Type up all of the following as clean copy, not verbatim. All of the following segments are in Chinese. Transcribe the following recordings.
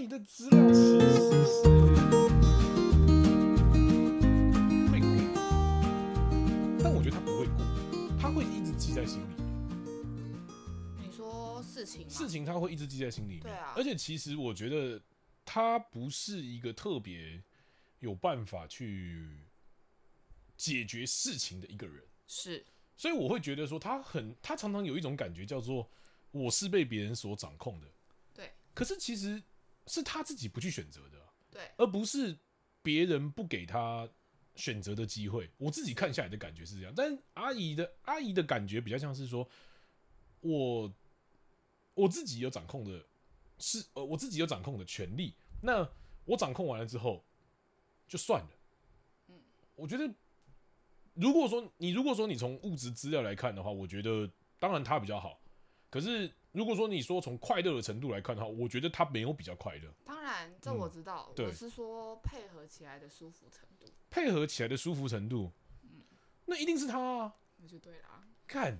姨的资料其实是会过，但我觉得她不会过，她会一直记在心里。 你说事情吗？ 事情她会一直记在心里面。 对啊。 而且其实我觉得她不是一个特别有办法去解决事情的一个人。 是。 所以我会觉得说她常常有一种感觉叫做我是被别人所掌控的。 对。 可是其实是她自己不去选择的。 对。 而不是别人不给她选择的机会。我自己看下来的感觉是这样，但阿姨的感觉比较像是说，我自己有掌控的我自己有掌控的权利。那我掌控完了之后，就算了。我觉得，如果说你从物质资料来看的话，我觉得当然他比较好。可是如果说你说从快乐的程度来看的话，我觉得他没有比较快乐。 当然，这我知道。 我是说配合起来的舒服程度。 配合起来的舒服程度，那一定是他啊。 那就对啦。 看，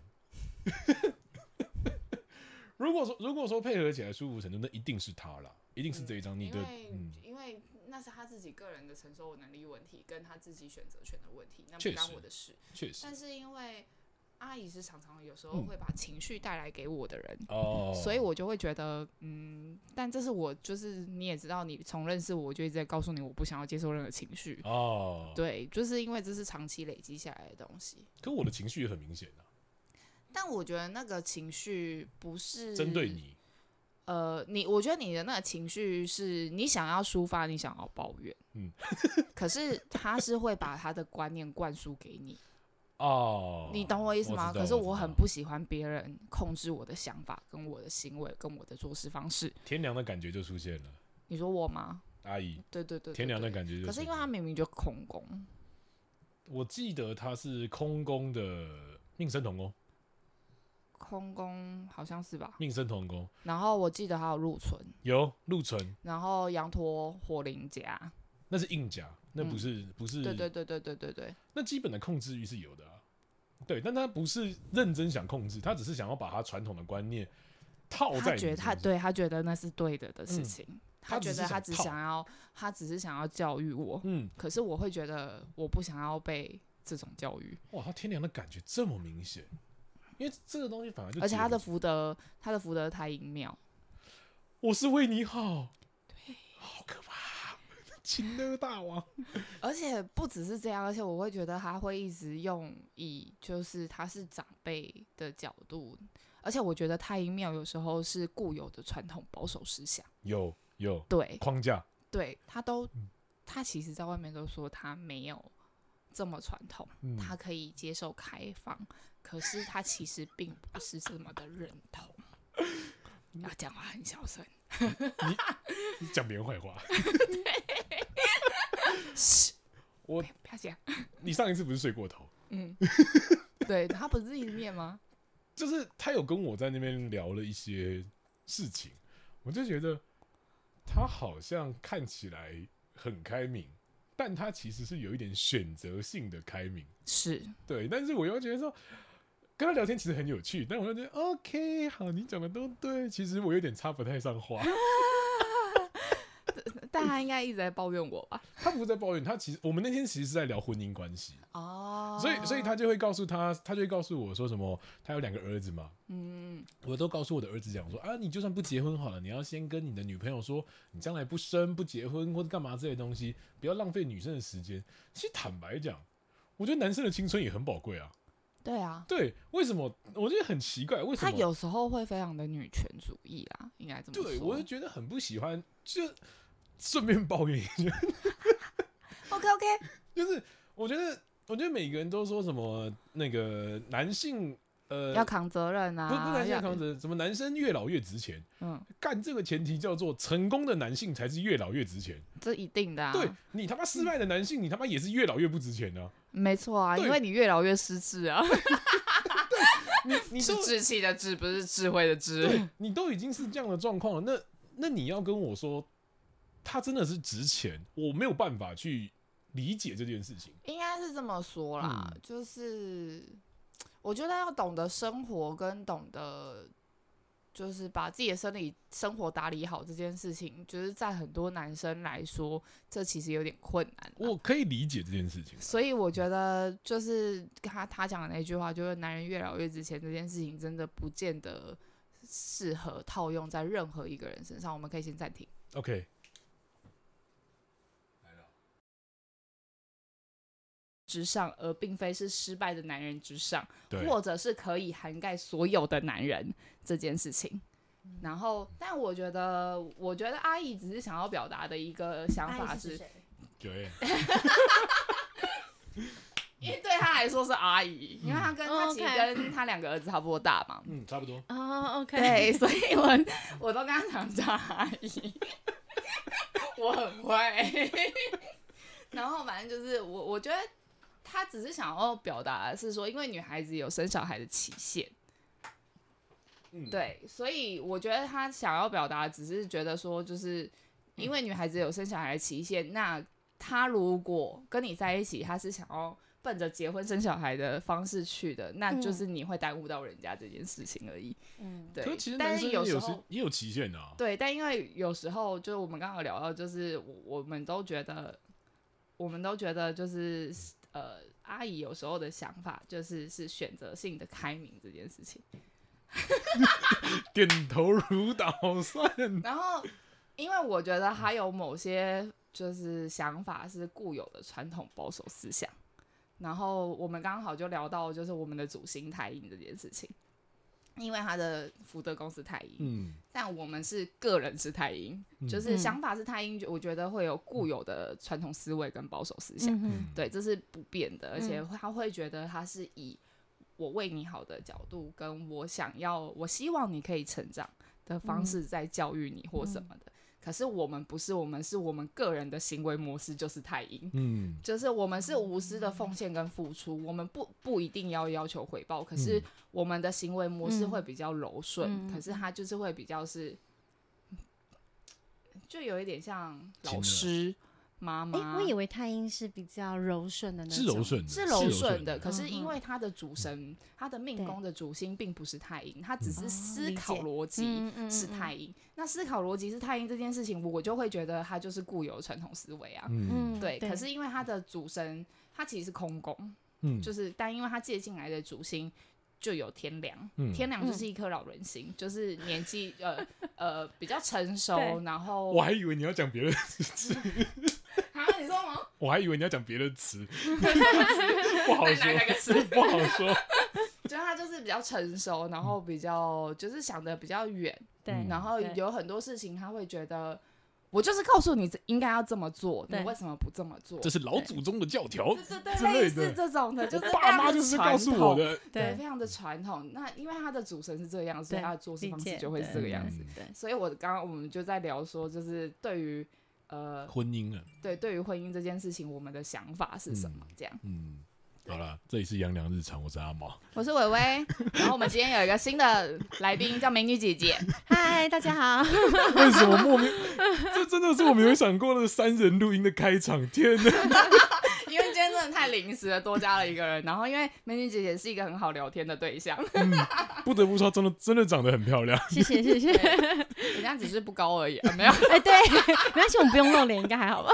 如果说配合起来舒服程度，那一定是他啦，一定是这一张你的。 因为那是他自己个人的承受能力问题，跟他自己选择权的问题，那不干我的事。 确实。 但是因为阿姨是常常有时候会把情绪带来给我的人，所以我就会觉得，但这是我就是你也知道，你从认识我就一直在告诉你，我不想要接受任何情绪。对，就是因为这是长期累积下来的东西。 可我的情绪也很明显啊。 但我觉得那个情绪不是针对你。 我觉得你的那个情绪是你想要抒发，你想要抱怨，可是他是会把他的观念灌输给你。你懂我意思吗？可是我很不喜欢别人控制我的想法、跟我的行为、跟我的做事方式。 天良的感觉就出现了。 你说我吗？ 阿姨。 对对 对， 天良的感觉就出现了。 可是因为他明明就空宫， 我记得他是空宫的命生同宫。 空宫好像是吧？ 命生同宫。 然后我记得还有禄存。 有禄存。 然后羊驼火灵甲。 那是硬甲，那不是。 对。 那基本的控制欲是有的啊。对，但他不是认真想控制，他只是想要把他传统的观念套在你身上。 他觉得那是对的事情。他觉得他只是想要教育我。可是我会觉得我不想要被这种教育。 哇，他天良的感觉这么明显。因为这个东西反而就， 而且他的福德太阴庙。 我是为你好。对。好可怕，情勒大王。 而且不只是这样，而且我会觉得他会一直以就是他是长辈的角度，而且我觉得太阴庙有时候是固有的传统保守思想。 有。 对。 框架。 对，他其实在外面都说他没有这么传统，他可以接受开放，可是他其实并不是这么的认同。要讲话很小声。 你讲别人坏话。我不要讲。 你上一次不是睡过头？ 对，他不是一直念吗？ 就是他有跟我在那边聊了一些事情，我就觉得他好像看起来很开明，但他其实是有一点选择性的开明。 是。对， 但是我又觉得说跟他聊天其实很有趣，但我又觉得 OK 好，你讲的都对，其实我有点插不太上话。 但他应该一直在抱怨我吧？ 他不是在抱怨，我们那天其实是在聊婚姻关系。所以他就会告诉我说什么，他有2个儿子嘛。我都告诉我的儿子讲说啊，你就算不结婚好了，你要先跟你的女朋友说，你将来不生不结婚或者干嘛这些东西，不要浪费女生的时间。其实坦白讲，我觉得男生的青春也很宝贵啊。 对啊。 对，为什么？我觉得很奇怪，为什么他有时候会非常的女权主义啊，应该这么说。 对，我就觉得很不喜欢，就顺便抱怨一下。 OK， 就是我觉得每个人都说什么那个男性要扛责任啊， 不是男性要扛责任，什么男生越老越值钱。干这个前提叫做成功的男性才是越老越值钱， 这一定的啊。 对，你他妈失败的男性，你他妈也是越老越不值钱啊。 没错啊，因为你越老越失智啊。 你是志气的志，不是智慧的智。 对，你都已经是这样的状况了，那你要跟我说他真的是值钱，我没有办法去理解这件事情。 应该是这么说啦，就是我觉得要懂得生活跟懂得就是把自己的生活打理好这件事情，就是在很多男生来说，这其实有点困难。 我可以理解这件事情， 所以我觉得就是他讲的那句话，就是男人越老越值钱这件事情，真的不见得适合套用在任何一个人身上。我们可以先暂停。 OK。 之上，而并非是失败的男人之上，或者是可以涵盖所有的男人这件事情。然后，但我觉得阿姨只是想要表达的一个想法是，因为对他来说是阿姨，因为他其实跟他2个儿子差不多大嘛， 差不多。 OK， 对，所以我都跟他讲叫阿姨，我很会。然后反正就是我觉得。他只是想要表达的是说，因为女孩子有生小孩的期限，对，所以我觉得他想要表达只是觉得说，就是因为女孩子有生小孩的期限，那他如果跟你在一起，他是想要奔着结婚生小孩的方式去的，那就是你会耽误到人家这件事情而已。对。 可是其实男生也有期限的啊。 对，但因为有时候就是我们刚刚聊到，就是我们都觉得就是阿姨有时候的想法是选择性的开明这件事情。 点头如捣蒜。 然后，因为我觉得还有某些就是想法是固有的传统保守思想。然后我们刚好就聊到就是我们的主星太阴这件事情。因为他的福德宫是太阴，但我们是个人是太阴，就是想法是太阴，我觉得会有固有的传统思维跟保守思想，对，这是不变的，而且他会觉得他是以我为你好的角度，跟我希望你可以成长的方式在教育你或什么的。可是我们不是，我们是我们个人的行为模式就是太阴，就是我们是无私的奉献跟付出，我们不一定要求回报，可是我们的行为模式会比较柔顺，可是它就是会比较是，就有一点像老师妈妈。 我以为太阴是比较柔顺的那种， 是柔顺的。可是因为他的主神，他的命宫的主星并不是太阴，他只是思考逻辑是太阴。那思考逻辑是太阴这件事情，我就会觉得他就是固有传统思维啊。对。可是因为他的主神，他其实是空宫，就是但因为他借进来的主星就有天梁，天梁就是一颗老人星，就是年纪比较成熟，然后我还以为你要讲别的词。 你说吗？ 我还以为你要讲别的词，不好说， 哪个词不好说。 就他就是比较成熟，然后比较就是想得比较远，对，然后有很多事情他会觉得，我就是告诉你应该要这么做，你为什么不这么做？ 这是老祖宗的教条， 对，类似这种的，就是爸妈就是告诉我的， 对，非常的传统。那因为他的主神是这个样子，所以他的做事方式就会是这个样子。所以刚刚我们就在聊说，就是对于婚姻啊， 对于婚姻这件事情，我们的想法是什么？这样， 好了，这里是杨良日常，我是阿毛， 我是伟伟，然后我们今天有一个新的来宾叫美女姐姐， 嗨，大家好。 为什么莫名？这真的是我没有想过的3人录音的开场，天哪！ 因为今天真的太临时了，多加了一个人，然后因为美女姐姐是一个很好聊天的对象， 不得不说，真的长得很漂亮。 谢谢。 人家只是不高而已，没有。 对，没关系，我们不用露脸，应该还好吧？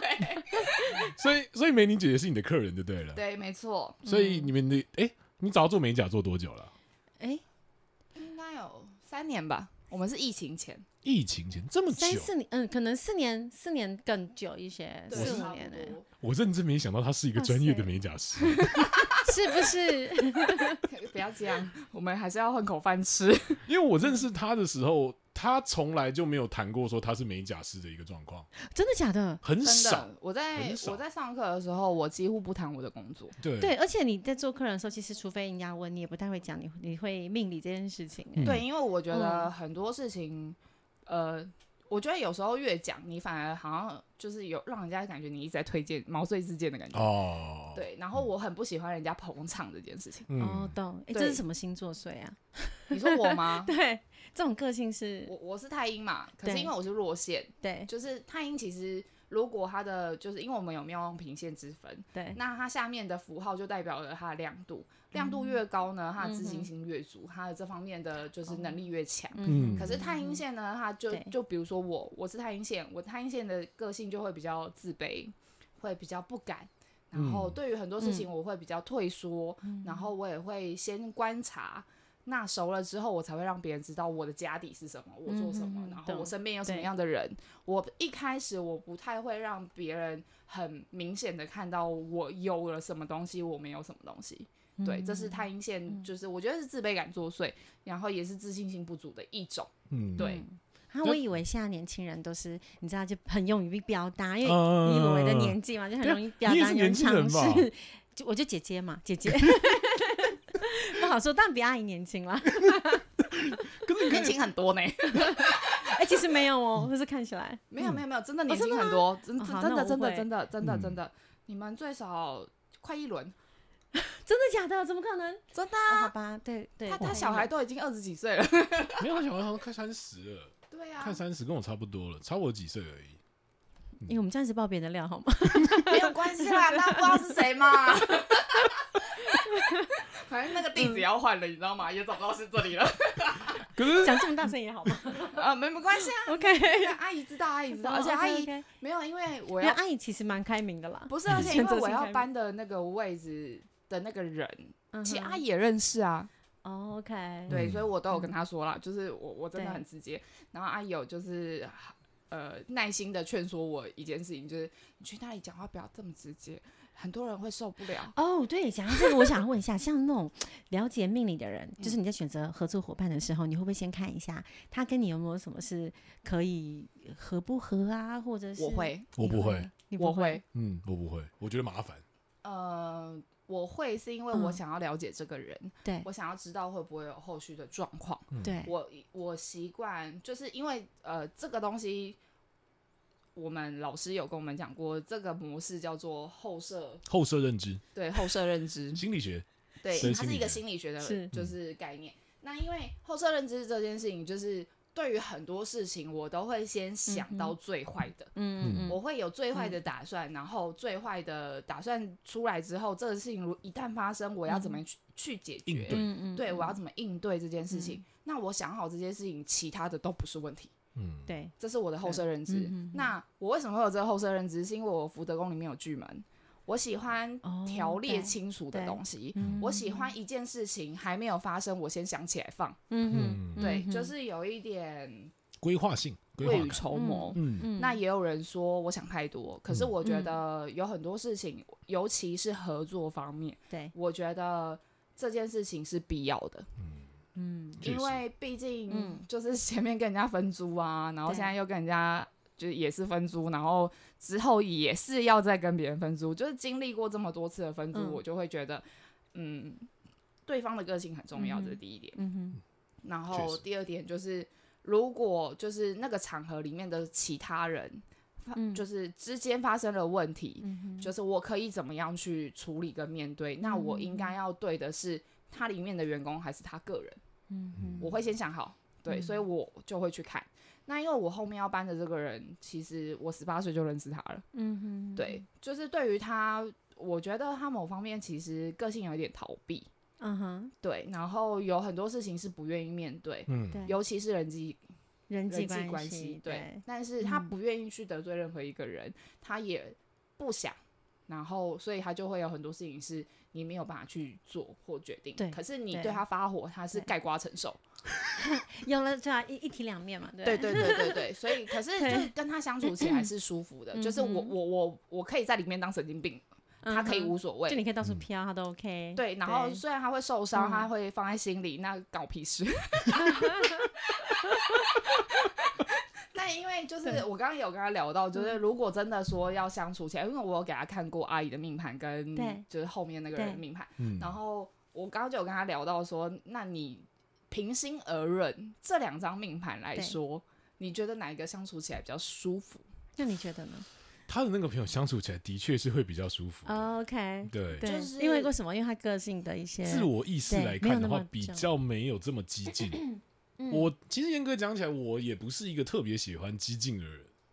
所以美女姐姐是你的客人就对了。 对，没错。 所以你们的你找做美甲做多久了？ 应该有3年吧。我们是疫情前这么久 ，3-4年，可能4年更久一些，4-5年我认真没想到他是一个专业的美甲师， 是不是？ 不要这样，我们还是要混口饭吃。 因为我认识他的时候，他从来就没有谈过说他是美甲师的一个状况。 真的假的？ 很少。 我在上课的时候，我几乎不谈我的工作。 对，而且你在做客人的时候，其实除非人家问，你也不太会讲你会命理这件事情。 对，因为我觉得很多事情，我觉得有时候越讲，你反而好像就是有让人家感觉你一直在推荐毛遂自荐的感觉。对，然后我很不喜欢人家捧场这件事情。 懂。这是什么星座岁啊？ 你说我吗？ 对，这种个性是我是太阴嘛，可是因为我是弱线， 对， 就是太阴其实如果它的就是因为我们有妙用平线之分， 对， 那它下面的符号就代表了它的亮度，亮度越高呢，它的自信心越足，它的这方面的就是能力越强。可是太阴线呢，它就比如说我是太阴线，我太阴线的个性就会比较自卑，会比较不敢。然后对于很多事情我会比较退缩，然后我也会先观察，那熟了之后我才会让别人知道我的家底是什么，我做什么，然后我身边有什么样的人。我一开始我不太会让别人很明显的看到我有了什么东西，我没有什么东西。对，这是太阴线，就是我觉得是自卑感作祟，然后也是自信心不足的一种。对。 我以为现在年轻人都是你知道就很勇于表达，因为你以为的年纪嘛，就很容易表达， 你也是年轻人吧？ 我就姐姐嘛，姐姐不好说，但比阿姨年轻啦。 可是年轻很多呢。 其实没有哦，就是看起来没有，真的年轻很多，真的，你们最少快1轮。 真的假的？怎么可能？ 真的啊！ 好吧，对， 他小孩都已经20几岁了。 没有，他小孩好像快30了。 对啊， 快30跟我差不多了，差我几岁而已。 因为我们这样子爆别人的料好吗？ 没有关系啦，大家不知道是谁嘛。反正那个地址要换了，你知道吗？也找不到是这里了。 可是讲这么大声也好吗？ 没关系啊。 OK， 阿姨知道，而且阿姨没有，因为我要阿姨其实蛮开明的啦。 不是，而且因为我要搬的那个位置的那个人，其实阿姨也认识啊。 OK， 对，所以我都有跟他说啦，就是我真的很直接，然后阿姨有就是耐心的劝说我一件事情，就是你去那里讲话不要这么直接，很多人会受不了。 对，讲到这个，我想问一下，像那种了解命理的人，就是你在选择合作伙伴的时候，你会不会先看一下他跟你有没有什么是可以合不合啊，或者是我会， 我不会， 我会， 我不会，我觉得麻烦。 我会是因为我想要了解这个人， 对， 我想要知道会不会有后续的状况。 对， 我习惯就是因为这个东西，我们老师有跟我们讲过，这个模式叫做后设认知， 对，后设认知心理学， 对，它是一个心理学的，就是概念。那因为后设认知这件事情，就是对于很多事情，我都会先想到最坏的，我会有最坏的打算，然后最坏的打算出来之后，这个事情一旦发生，我要怎么去解决？对，我要怎么应对这件事情？那我想好这件事情，其他的都不是问题。 对， 这是我的后设认知。那我为什么会有这个后设认知？是因为我福德宫里面有巨门。我喜欢条列清楚的东西，我喜欢一件事情还没有发生，我先想起来放。对，就是有一点规划性、 未雨绸缪。那也有人说我想太多，可是我觉得有很多事情，尤其是合作方面， 对， 我觉得这件事情是必要的。因为毕竟就是前面跟人家分租啊，然后现在又跟人家就也是分租，然后之后也是要再跟别人分租，就是经历过这么多次的分租，我就会觉得对方的个性很重要，这是第一点。然后第二点就是，如果就是那个场合里面的其他人就是之间发生了问题，就是我可以怎么样去处理跟面对，那我应该要对的是他里面的员工还是他个人，我会先想好，对，所以我就会去看。那因为我后面要搬的这个人，其实我18岁就认识他了，对，就是对于他，我觉得他某方面其实个性有一点逃避，对，然后有很多事情是不愿意面对，尤其是人际关系，对，但是他不愿意去得罪任何一个人，他也不想，然后所以他就会有很多事情是你没有办法去做或决定，可是你对他发火，他是概括承受。 有了对啊，一体两面嘛， 对，所以可是就是跟他相处起来是舒服的，就是我可以在里面当神经病，他可以无所谓， 就你可以到处飘，他都 OK。 对，然后虽然他会受伤，他会放在心里，那搞屁事。但因为就是我刚刚有跟他聊到，就是如果真的说要相处起来，因为我有给他看过阿姨的命盘跟就是后面那个人的命盘，然后我刚刚就有跟他聊到说，那你平心而论，这2张命盘来说，你觉得哪一个相处起来比较舒服？ 那你觉得呢？ 他的那个朋友相处起来的确是会比较舒服。 OK， 对， 就是因为为什么？因为他个性的一些自我意识来看的话，比较没有这么激进。我其实严格讲起来，我也不是一个特别喜欢激进的人。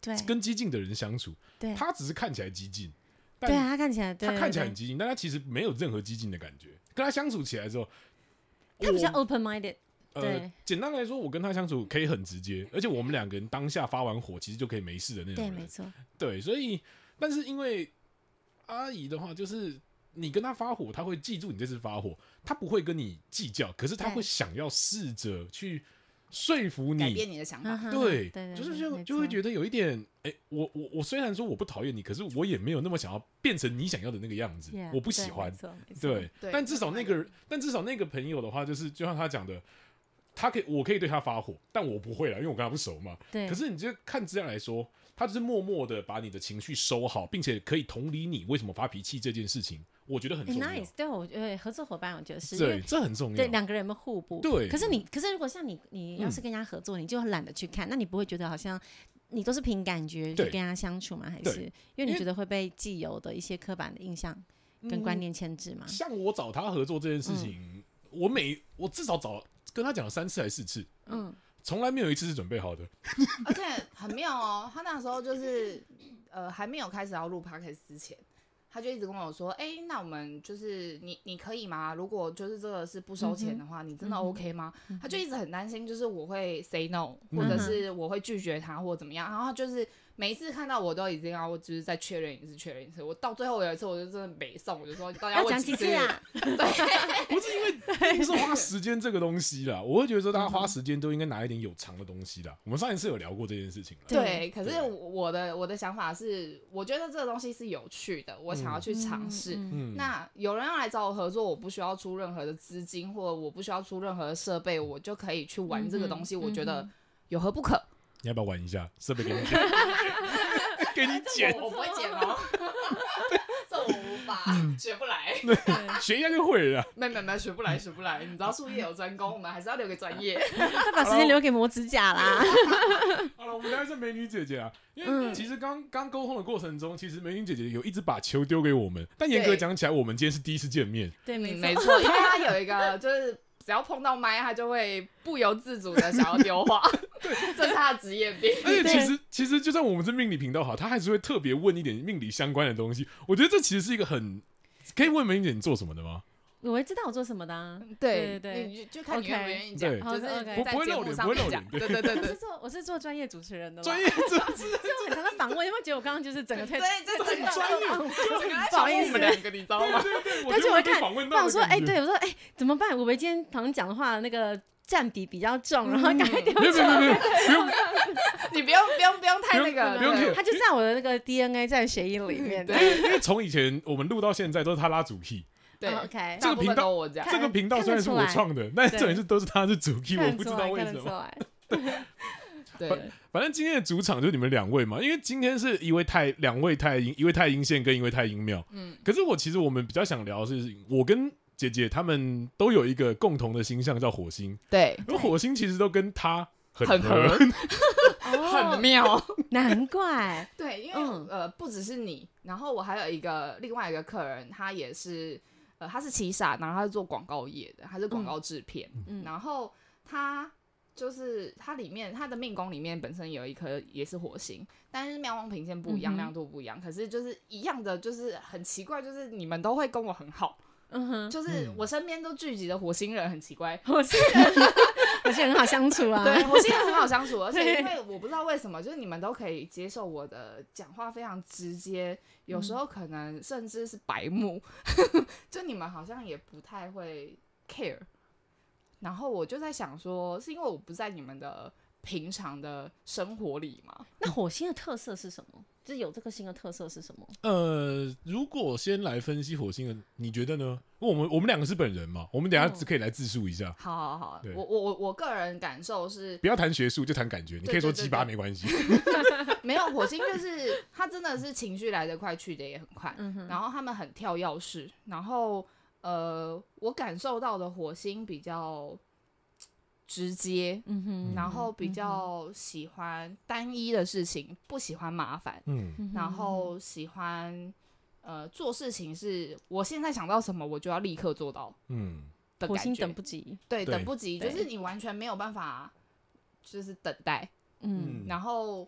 跟激进的人相处，他只是看起来激进， 对啊，他看起来很激进，但他其实没有任何激进的感觉。跟他相处起来之后， 他比较 open minded。 简单来说，我跟他相处可以很直接，而且我们两个人当下发完火，其实就可以没事的那种人。 对，没错。 对，所以，但是因为阿姨的话，就是你跟他发火，他会记住你这次发火，他不会跟你计较，可是他会想要试着去说服你， 改变你的想法。 对，就是就会觉得有一点，我虽然说我不讨厌你，可是我也没有那么想要变成你想要的那个样子，我不喜欢。对，但至少那个朋友的话，就是就像他讲的。我可以对他发火，但我不会啦，因为我跟他不熟嘛。可是你就看这样来说，他就是默默的把你的情绪收好，并且可以同理你为什么发脾气这件事情，我觉得很重要。 nice， 对，我觉得合作伙伴，我觉得是， 对，这很重要。 对，两个人有没有互补？ 对。 可是如果像你要是跟人家合作，你就很懒得去看，那你不会觉得好像你都是凭感觉去跟人家相处吗？还是因为你觉得会被既有的一些刻板的印象跟观念牵制吗？ 像我找他合作这件事情，我至少跟他讲了3次还是4次，从来没有一次是准备好的。 而且很妙哦，他那时候就是还没有开始要录 podcast 之前，他就一直跟我说，那我们就是你可以吗？如果就是这个是不收钱的话，你真的 OK 吗？他就一直很担心，就是我会 say no，或者是我会拒绝他或怎么样，然后他就是每一次看到我都已经要就是再确认一次，我到最后有一次我就真的没送，我就说你到底要问几次啊？ 对，不是因为不是花时间这个东西啦，我会觉得说大家花时间都应该拿一点有偿的东西啦。我们上一次有聊过这件事情啦。 对，可是我的想法是，我觉得这个东西是有趣的，我想要去尝试。那有人要来找我合作，我不需要出任何的资金，或者我不需要出任何的设备，我就可以去玩这个东西。我觉得有何不可？ 你要不要玩一下？设备给你剪，给你剪， 我不会剪哦，这我无法，学不来， 学一下就会了。 没学不来，你知道术业有专攻，我们还是要留给专业。 他把时间留给磨指甲啦。 好了，我们聊一下美女姐姐啊，因为其实刚沟通的过程中，其实美女姐姐有一直把球丢给我们，但严格讲起来，我们今天是第一次见面。 对， 没错，因为她有一个就是只要碰到麦，她就会不由自主的想要丢话。对，这是他的职业病。 而且其实就算我们是命理频道好，他还是会特别问一点命理相关的东西。我觉得这其实是一个可以问美女姐你做什么的吗？ 我会知道我做什么的啊。 对，你就看你愿不愿意讲，就是在节目上面讲。对， 我是做专业主持人的。 专业主持人， 所以我很常在访问，有没有觉得我刚刚就是整个对， 这很专业， 不好意思， 我们2个你知道吗？ 对， 而且我看， 我说，对我说，怎么办？我们今天好像讲的话那个占比比较重，然后赶快丢出来。 你不用太那个， 他就在我的那个 DNA 在血液里面。 因为从以前我们录到现在都是他拉主 key。 对 ，OK， 这个频道虽然是我创的，但重点是都是他是主 key， 我不知道为什么。 对， 反正今天的主场就是你们2位嘛，因为今天是2位太阴，一位太阴线跟一位太阴庙。可是我们比较想聊的是，我跟姐姐他们都有一个共同的星象叫火星。 对， 而火星其实都跟他很合， 很妙， 难怪。 对，因为不只是你，然后我还有另外一个客人，他也是。他是七煞，然后他是做广告业的，他是广告制片，然后他就是他的命宫里面本身有一颗也是火星，但是妙光平线不一样，亮度不一样，可是就是一样的，就是很奇怪，就是你们都会跟我很好，就是我身边都聚集的火星人很奇怪， 火星人很好相处啊， 对，火星人很好相处，而且因为我不知道为什么，就是你们都可以接受我的讲话非常直接。有时候可能甚至是白目，就你们好像也不太会 care， 然后我就在想说，是因为我不在你们的平常的生活里吗？ 那火星的特色是什么？就是有这个星的特色是什么？ 如果先来分析火星的，你觉得呢？我们2个是本人嘛，我们等一下只可以来自述一下。 好，我个人感受是， 不要谈学术，就谈感觉。你可以说鸡巴没关系。 没有，火星就是他真的是情绪来得快，去得也很快。然后他们很跳跃式，然后我感受到的火星比较直接，然后比较喜欢单一的事情，不喜欢麻烦，然后喜欢做事情是我现在想到什么我就要立刻做到，的感觉。 火星等不及， 对，等不及，就是你完全没有办法，就是等待，然后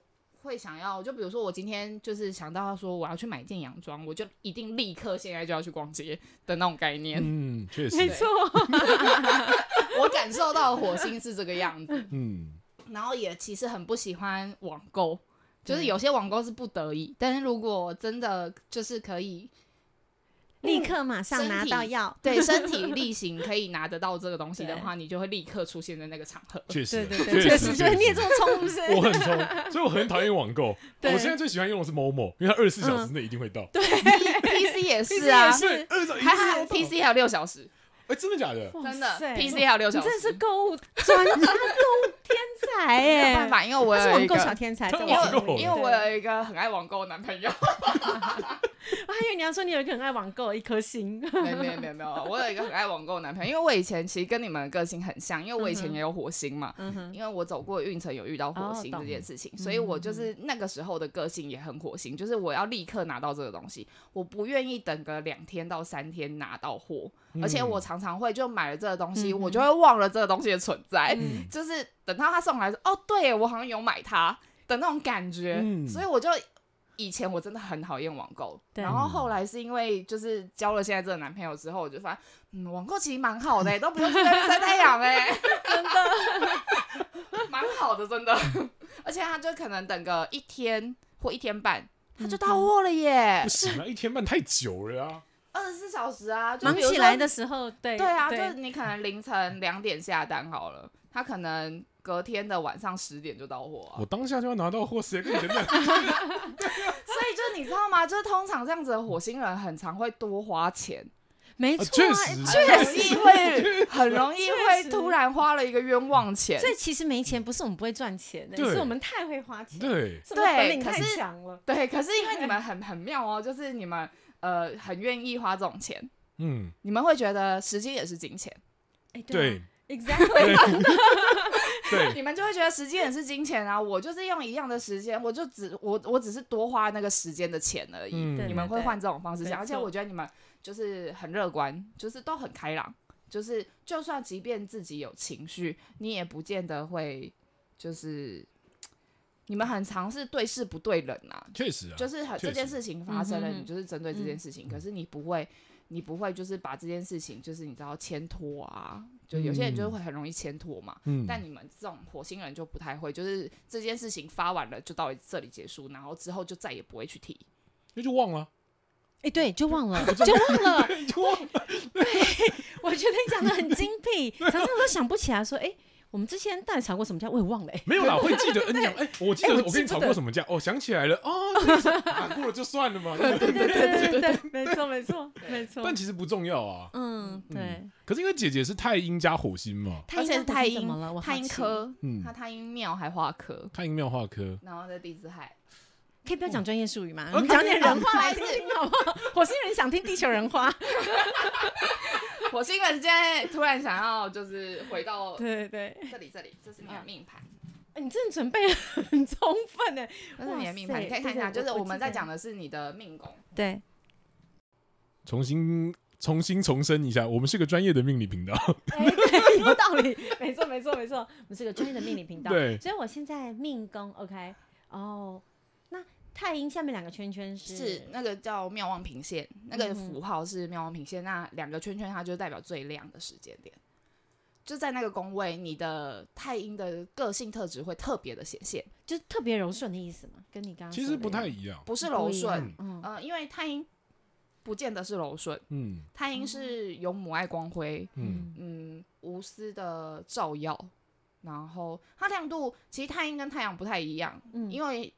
会想要，就比如说我今天就是想到说我要去买一件洋装，我就一定立刻现在就要去逛街的那种概念。 嗯，确实， 没错。 我感受到的火星是这个样子。嗯，然后也其实很不喜欢网购，就是有些网购是不得已，但是如果真的就是可以立刻马上拿到药， 对，身体力行可以拿得到这个东西的话，你就会立刻出现在那个场合。 确实， 确实，就是你也这么冲，是不是？ 我很冲，所以我很讨厌网购。我现在最喜欢用的是 Momo， 因为它24小时内一定会到。 对 ，PC 也是啊， 对，24小时还 PC 还有6小时。 真的假的？ 真的 ，PC 还有6小时。 你真的是购物专家、购物天才耶！ 没有办法，因为我有一个网购小天才， 因为我有一个很爱网购的男朋友。 我还以为你要说你有一个很爱网购的1颗星。 没有，我有一个很爱网购的男朋友，因为我以前其实跟你们的个性很像，因为我以前也有火星嘛，因为我走过运程有遇到火星这件事情，所以我就是那个时候的个性也很火星，就是我要立刻拿到这个东西，我不愿意等个2天到3天拿到货，而且我常常会就买了这个东西，我就会忘了这个东西的存在，就是等到他送来说，哦，对，我好像有买它的那种感觉，所以我就。以前我真的很讨厌网购，然后后来是因为就是交了现在这个男朋友之后，我就发现，网购其实蛮好的，都不用去那边晒太阳真的蛮好的，真的。而且他就可能等个1天或1天半，他就到货了耶。 不行啊，1天半太久了啊。 24小时啊， 忙起来的时候，对啊，就是你可能凌晨2点下单好了，他可能。隔天的晚上10点就到货啊！ 我当下就要拿到货，谁跟你等等？ 所以就是你知道吗？就是通常这样子的火星人很常会多花钱， 没错， 确实很容易会突然花了一个冤枉钱。 所以其实没钱不是我们不会赚钱的，是我们太会花钱， 对， 是我们本领太强了。 对，可是因为你们很妙哦，就是你们很愿意花这种钱，你们会觉得时间也是金钱， 对。 Exactly 你们就会觉得时间也是金钱啊！我就是用一样的时间，我只是多花那个时间的钱而已。你们会换这种方式想，而且我觉得你们就是很乐观，就是都很开朗，就是就算即便自己有情绪，你也不见得会就是你们很常是对事不对人啊。 确实啊， 就是这件事情发生了，你就是针对这件事情，可是你不会就是把这件事情就是你知道牵拖啊，就有些人就会很容易牵拖嘛，但你们这种火星人就不太会，就是这件事情发完了就到这里结束，然后之后就再也不会去提， 那就忘了。 对，就忘了，就忘了。对，我觉得你讲的很精辟，常常都想不起来说，我们之前到底吵过什么架？我也忘了没有啦，会记得。你讲，我记得我跟你吵过什么架？想起来了过了就算了嘛。 对，没错。 但其实不重要啊。 对。 可是因为姐姐是太阴加火星嘛， 而且是太阴， 怎么了？ 太阴科，她太阴庙还化科， 太阴庙化科， 然后在地支亥。 可以不要讲专业术语吗？我们讲点人话来听听好不好？火星人想听地球人话。 火星人现在突然想要就是回到对这里，这是你的命盘。 你真的准备很充分耶， 这是你的命盘，你可以看一下，就是我们在讲的是你的命宫。 对， 重新重申一下，我们是个专业的命理频道。 对，有道理，没错，我们是个专业的命理频道。 对， 所以我现在命宫 OK 那太阴下面2个圈圈是那个叫妙望平线，那个符号是妙望平线，那2个圈圈它就代表最亮的时间点，就在那个宫位，你的太阴的个性特质会特别的显现， 就是特别柔顺的意思嘛，跟你刚刚其实不太一样， 不是柔顺，因为太阴不见得是柔顺，太阴是有母爱光辉，无私的照耀，然后它亮度其实太阴跟太阳不太一样，因为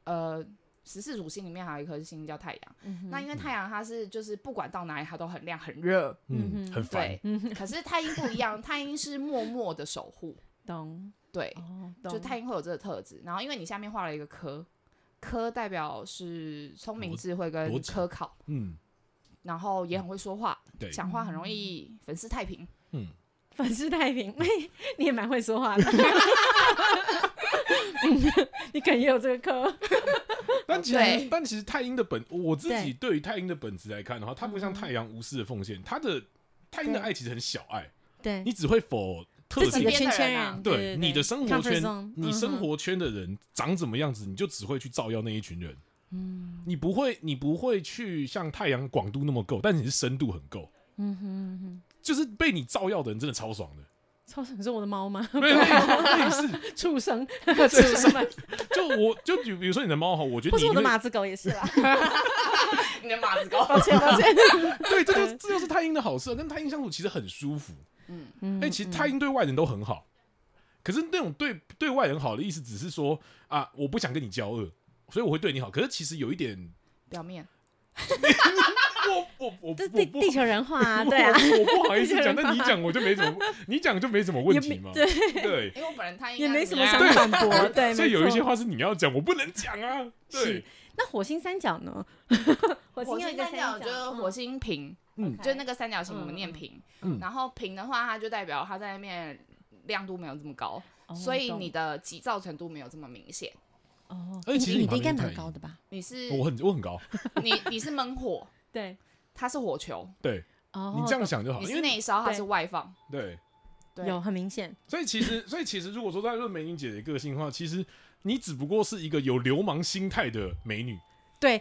14主星里面还有一颗星叫太阳，那因为太阳它是就是不管到哪里它都很亮很热， 很烦， 可是太阴不一样，太阴是默默的守护， 懂？ 对，就太阴会有这个特质，然后因为你下面画了一个科代表是聪明智慧跟科考，然后也很会说话，讲话很容易粉饰太平， 粉饰太平，你也蛮会说话的。你可能也有这个科。 但其实太阴的我自己对于太阴的本质来看的话，它不像太阳无私的奉献，它的太阴的爱其实很小爱， 对， 你只会否特定的圈圈人， 对你的生活圈，你生活圈的人长怎么样子，你就只会去照耀那一群人。你不会去像太阳广度那么够，但是你是深度很够。就是被你照耀的人真的超爽的。 超爽是我的猫吗？ 没有，类似畜生， 就比如说你的猫哈，我觉得或是我的马子狗也是啦。 你的马子狗， 抱歉。 对，这就是太阴的好处，跟太阴相处其实很舒服。其实太阴对外人都很好，可是那种对外人好的意思，只是说啊，我不想跟你交恶，所以我会对你好。可是其实有一点表面。 这是地球人话啊，对啊， 我不好意思讲，但你讲我就没什么，你讲就没什么问题嘛，对， 因为我本人太阴也没什么想反驳，对， 所以有一些话是你要讲，我不能讲啊，对。 那火星三角呢？ 火星三角就是火星平，就那个三角形我们念平，然后平的话，它就代表它在那边亮度没有这么高，所以你的急躁程度没有这么明显。 而且其实你的应该蛮高的吧？ 我很高， 你是闷火。 对， 它是火球， 对，你这样想就好， 你是内烧，它是外放， 对， 有很明显。所以其实如果说在论美女姐的个性的话，其实你只不过是一个有流氓心态的美女， 对，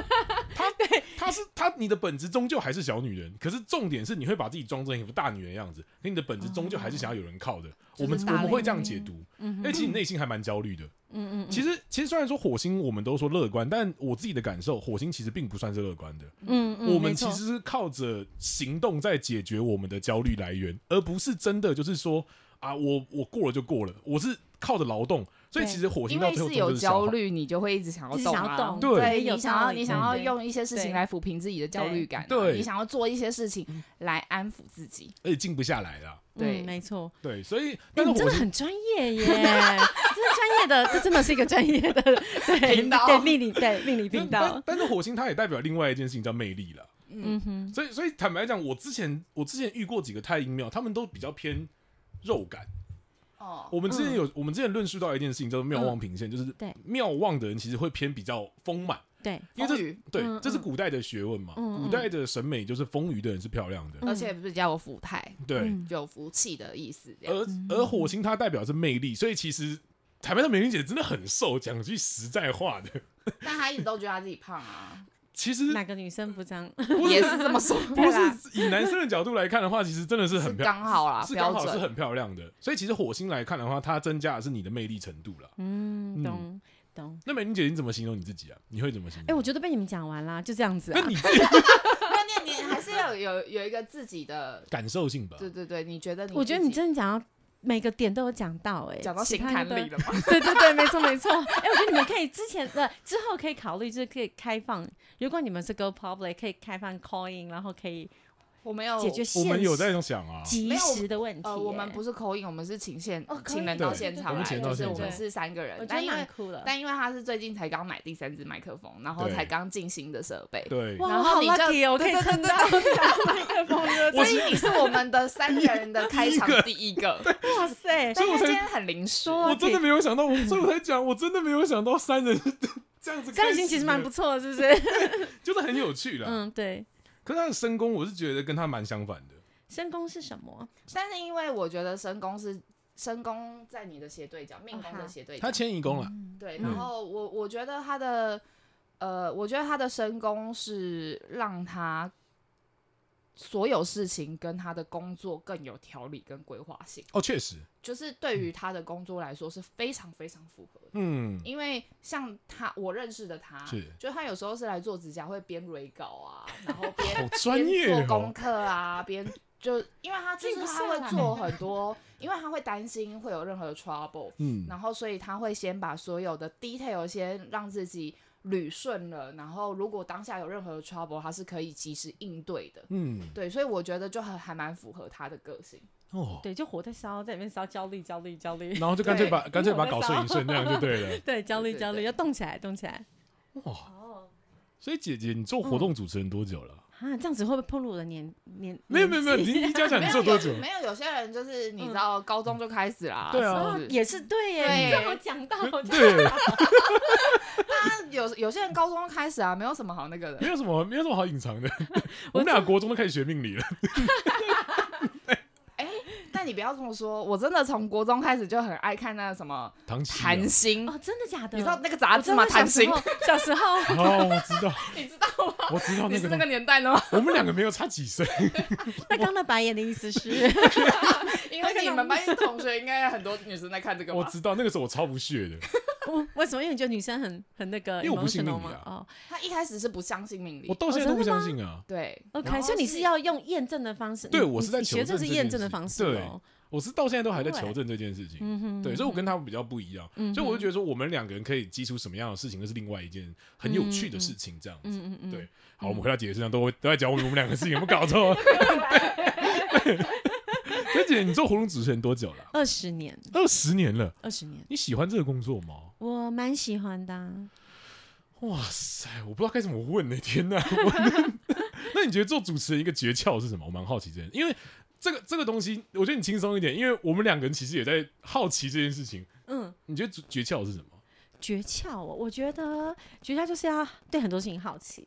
你的本质终究还是小女人，可是重点是你会把自己装成一副大女人的样子，可你的本质终究还是想要有人靠的。我们会这样解读，因为其实你内心还蛮焦虑的。其实虽然说火星我们都说乐观，但我自己的感受，火星其实并不算是乐观的。我们其实是靠着行动在解决我们的焦虑来源，而不是真的就是说啊，我过了就过了，我是靠着劳动。所以其实火星到最后因为是有焦虑，你就会一直想要动啊。对，你想要用一些事情来抚平自己的焦虑感， 对， 你想要做一些事情来安抚自己， 而且静不下来啦。 对， 没错。 对，所以你真的很专业耶，这是专业的，这真的是一个专业的频道， 对命理频道。 但是火星它也代表另外一件事情叫魅力啦。所以坦白讲，我之前遇过几个太阴庙，他们都比较偏肉感。我们之前论述到一件事情叫做妙望平线，就是妙望的人其实会偏比较丰满， 对， 因为这是古代的学问嘛，古代的审美就是丰腴的人是漂亮的， 而且比较有福态， 对， 就有福气的意思。 而火星它代表是魅力，所以其实台湾的美女姐真的很瘦，讲句实在话的， 但她一直都觉得她自己胖啊。 其实哪个女生不这样？ 也是这么说。 不是以男生的角度来看的话，其实真的是很刚好啦， 是刚好是很漂亮的。所以其实火星来看的话，它增加的是你的魅力程度啦。 懂。 那美女姐你怎么形容你自己啊？你会怎么形容？ 我觉得被你们讲完啦，就这样子啊。 那你自己， 你还是要有一个自己的感受性吧。 对，你觉得你？ 我觉得你真的讲到每个点都有讲到， 讲到心坎里了吗？ 对，没错。我觉得你们可以之后可以考虑，就是可以开放，如果你们是 go public， 可以开放 call in， 然后可以解决我们有在想啊， 及时的问题。 我们不是 call in， 我们是请人到现场来，就是我们是3个人。但因为他是最近才刚买第3支麦克风，然后才刚进新的设备。 对， 然后你就可以蹭到麦克风，所以你是我们的3个人的开场第一个。 哇塞！ 所以今天很临时， 我真的没有想到，所以我才讲，我真的没有想到3人这样子， 这样已经其实蛮不错的，是不是？ 就是很有趣啦。 对。 可是他的身宫，我是觉得跟他蛮相反的。 身宫是什么？ 但是因为我觉得身宫在你的斜对角，命宫的斜对角， 他迁移宫了。 对，然后我觉得他的身宫是让他所有事情跟他的工作更有条理跟规划性。 确实， 就是对于他的工作来说是非常非常符合的。因为像我认识的他，就他有时候是来做指甲，会边蕊稿啊，然后边做功课啊，边就因为他会做很多，因为他会担心会有任何的 trouble，然后所以他会先把所有的 detail 先让自己捋顺了，然后如果当下有任何的 trouble， 他是可以及时应对的。对，所以我觉得就还蛮符合他的个性。 对，就火在烧，在里面烧焦虑， 然后就干脆把搞顺一顺那样就对了。 对，焦虑，要动起来。 哇！所以姐姐，你做活动主持人多久了？ 这样子会不会暴露我的年？ 没有，你讲你做多久？ 没有些人就是你知道，高中就开始啦。 对啊， 也是对耶。这么讲到， 对。 他有些人高中就开始啊，没有什么好那个的， 没有什么好隐藏的。我们俩国中都开始学命理了。 但你不要这么说，我真的从国中开始就很爱看那个什么谈心哦，真的假的？ 你知道那个杂志吗？谈心， 小时候哦，我知道， 你知道吗？ 我知道那个， 你是那个年代的吗？ 我们2个没有差几岁。 那刚才白眼的意思是， 因为你们班同学应该很多女生在看这个吧？ 我知道那个时候我超不屑的。 为什么？因为你觉得女生很那个， 因为我不信命理啊。 哦，他一开始是不相信命理， 我到现在都不相信啊。 对 ，OK， 所以你是要用验证的方式。 对，我是在求证这是验证的方式。 对，我是到现在都还在求证这件事情。对，所以我跟他们比较不一样。所以我就觉得说，我们2个人可以激出什么样的事情，那是另外一件很有趣的事情。这样子，对。好，我们回到姐姐身上，都在讲我们2个事情有没有搞错？所以姐，你做活动主持人多久了 ？20年。 20年了。 20年。 你喜欢这个工作吗？ 我蛮喜欢的啊。 哇塞，我不知道该怎么问呢！天哪，那你觉得做主持人一个诀窍是什么？我蛮好奇这件事，因为这个东西，我觉得你轻松一点，因为我们2个人其实也在好奇这件事情。你觉得诀窍是什么？ 诀窍我觉得诀窍就是要对很多事情好奇。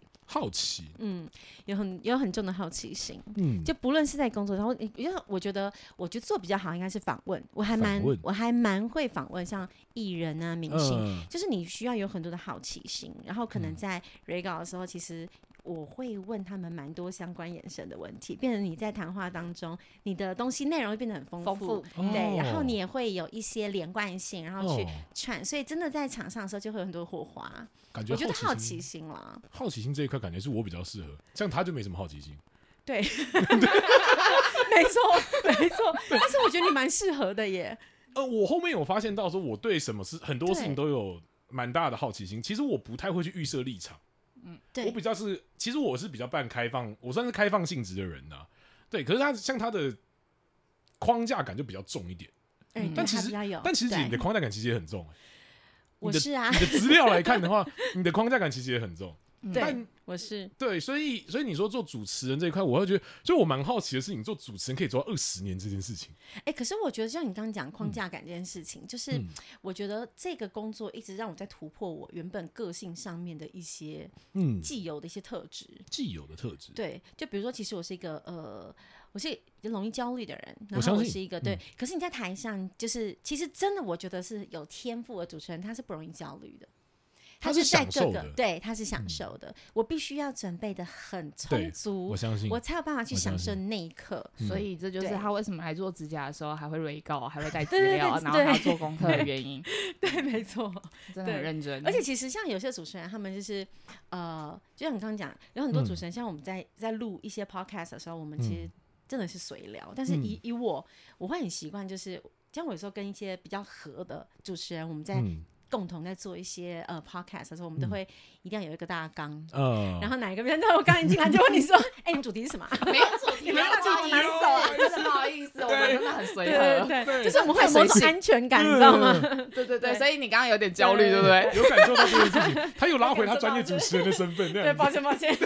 有很重的好奇心。就不论是在工作上，因为我觉得做比较好应该是访问，我还蛮会访问，像艺人啊、明星，就是你需要有很多的好奇心，然后可能在 re 稿的时候，其实我会问他们蛮多相关延伸的问题，变成你在谈话当中，你的东西内容会变得很丰富，对，然后你也会有一些连贯性，然后去串，所以真的在场上的时候就会有很多火花。 感觉我觉得好奇心啦， 好奇心这一块感觉是我比较适合，像他就没什么好奇心。 对，没错，但是我觉得你蛮适合的耶。 我后面有发现到说，我对很多事情都有蛮大的好奇心。其实我不太会去预设立场。 对， 我比较是，其实我是比较半开放，我算是开放性质的人呐。对，可是他的框架感就比较重一点。但其实你的框架感其实也很重。 我是啊， 你的资料来看的话，你的框架感其实也很重。 对，我是对，所以你说做主持人这一块，我会觉得，就我蛮好奇的是，你做主持人可以做到20年这件事情。 可是我觉得像你刚刚讲框架感这件事情，就是我觉得这个工作一直让我在突破我原本个性上面的一些既有的一些特质。对，就比如说，其实我是一个我是容易焦虑的人，然后我是一个对。可是你在台上，就是其实真的，我觉得是有天赋的主持人，他是不容易焦虑的。 他是享受的， 对，他是享受的。我必须要准备的很充足， 我相信， 我才有办法去享受那一刻。 所以这就是他为什么来做指甲的时候还会re稿，还会带资料，然后还要做功课的原因。 对，没错， 真的很认真。 而且其实像有些主持人，他们就是就像你刚刚讲，有很多主持人，像我们在录一些 podcast 的时候，我们其实真的是随聊，但是以我会很习惯，就是像我有时候跟一些比较合的主持人，我们在共同在做一些podcast 的时候，我们都会一定要有一个大纲，然后哪一个人，我刚一进来就问你说，你们主题是什么？ 没有主题， 你们要主题难手啊，真的不好意思，我们真的很随和， 对，就是我们会有某种安全感，你知道吗？ 对，所以你刚刚有点焦虑，对不对？ 有感受到这件事情，他又拉回他专业主持人的身份， 对，抱歉。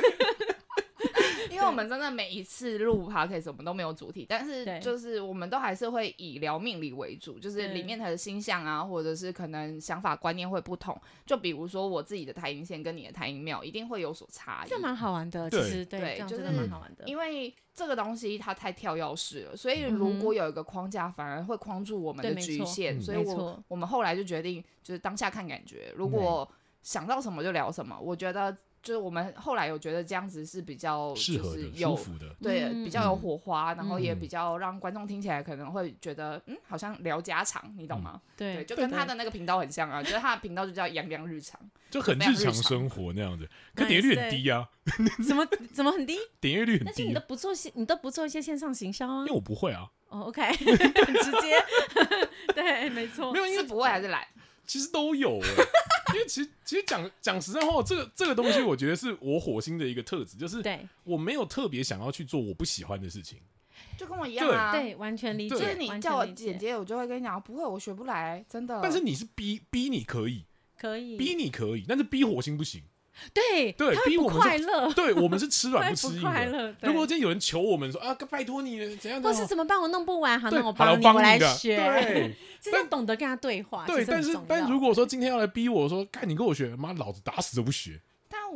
因为我们真的每一次录 podcast 我们都没有主题，但是就是我们都还是会以聊命理为主，就是里面的星象啊，或者是可能想法观念会不同。就比如说我自己的太阴线跟你的太阴庙一定会有所差异， 这蛮好玩的。其实对，就是蛮好玩的。 因为这个东西它太跳跃式了，所以如果有一个框架，反而会框住我们的局限。所以我们后来就决定，就是当下看感觉，如果想到什么就聊什么。我觉得。就是我们后来有觉得这样子是比较适合的、舒服的， 对，比较有火花，然后也比较让观众听起来可能会觉得，好像聊家常，你懂吗？ 对， 就跟他的那个频道很像啊，就是他的频道就叫洋洋日常， 就很日常生活那样子，可点阅率很低啊。 怎么很低？ 点阅率很低， 但是你都不做一些线上行销啊？ 因为我不会啊。 OK， 很直接，对，没错。 没有， 是不会还是懒？ 其实都有因为其实讲实在话，这个东西我觉得是我火星的一个特质，就是我没有特别想要去做我不喜欢的事情， 就跟我一样啊。 对，完全理解。 就是你叫我剪接，我就会跟你讲，不会，我学不来，真的。 但是你是逼你可以，逼你可以，但是逼火星不行。 对， 逼我们快乐， 对，我们是吃软不吃硬的。 如果今天有人求我们说啊，拜托你怎样， 或是怎么办，我弄不完，好，那我帮你，我来学。 对， 就是懂得跟他对话。 对，但如果说今天要来逼我说，看你跟我学，妈，老子打死都不学。 但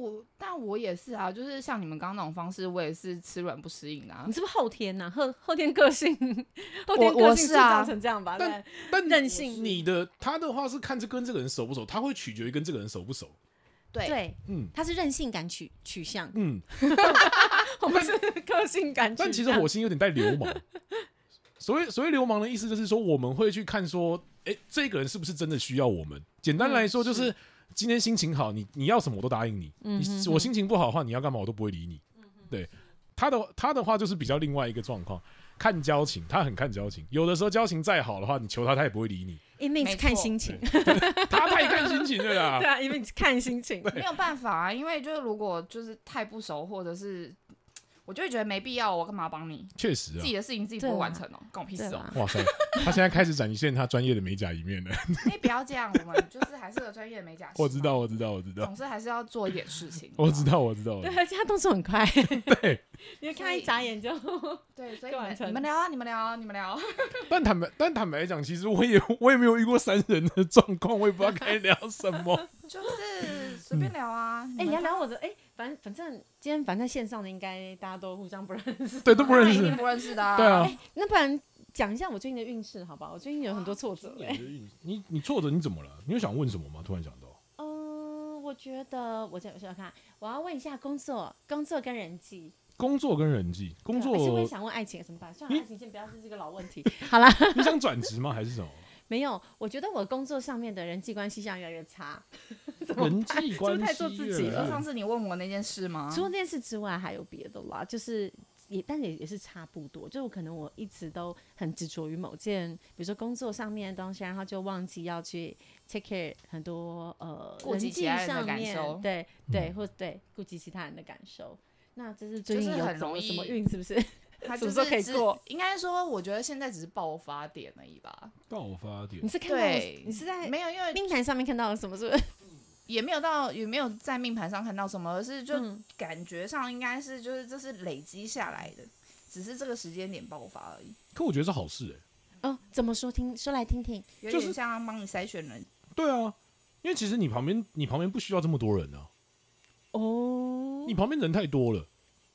但我也是啊，就是像你们刚刚那种方式，我也是吃软不适应啊。 你是不是后天啊？后天个性，后天个性塑造成这样吧？ 但任性。 他的话是看跟这个人熟不熟，他会取决于跟这个人熟不熟。 对，他是任性感取向，我们是个性感取向。 但其实火星有点带流氓。所谓流氓的意思就是说，我们会去看说，这个人是不是真的需要我们？简单来说，就是今天心情好，你要什么我都答应你。我心情不好的话，你要干嘛我都不会理你。对，他的话就是比较另外一个状况，看交情，他很看交情。有的时候交情再好的话，你求他也不会理你。 因为看心情， 他太看心情了啦。 对啊，因为看心情， 没有办法啊。因为就是如果就是太不熟，或者是我就会觉得没必要，我干嘛帮你？ 确实啊， 自己的事情自己不会完成哦，关我屁事哦。 哇塞，他现在开始展现他专业的美甲一面了。 不要这样，我们就是还是个专业的美甲师。 我知道，总是还是要做一点事情。 我知道。 对，而且他动作很快。 对， 你看一眨眼就对，所以你们聊啊，你们聊。 但坦白讲，其实我也没有遇过3人的状况，我也不知道该聊什么。 就是随便聊啊。 你要聊我的反正今天在线上的应该大家都互相不认识， 对，都不认识， 一定不认识的啊。 对啊， 那不然讲一下我最近的运势好不好？我最近有很多挫折。 你挫折你怎么了？你有想问什么吗？突然想到。 我觉得我想看，我要问一下工作跟人际。 工作，而且我也想问爱情怎么办？算了，爱情先不要，这是个老问题。好啦， 你想转职吗？还是什么？ 没有，我觉得我工作上面的人际关系越来越差。 人际关系太做自己了。 上次你问我那件事吗？ 除了这件事之外，还有别的啦，就是但也是差不多。就可能我一直都很执着于某件，比如说工作上面的东西，然后就忘记要去 take care 很多人际上面，对，或对顾及其他人的感受。那这是最近有走了什么运，是不是？ 他就是可以过，应该说，我觉得现在只是爆发点而已吧。 爆发点， 你是看到你是在没有因为命盘上面看到了什么？是不是？ 也没有在命盘上看到什么，而是就感觉上应该是就是这是累积下来的，只是这个时间点爆发而已。 可我觉得是好事怎么说？说来听听。 有点像帮你筛选人。 对啊，因为其实你旁边不需要这么多人啊。你旁边人太多了。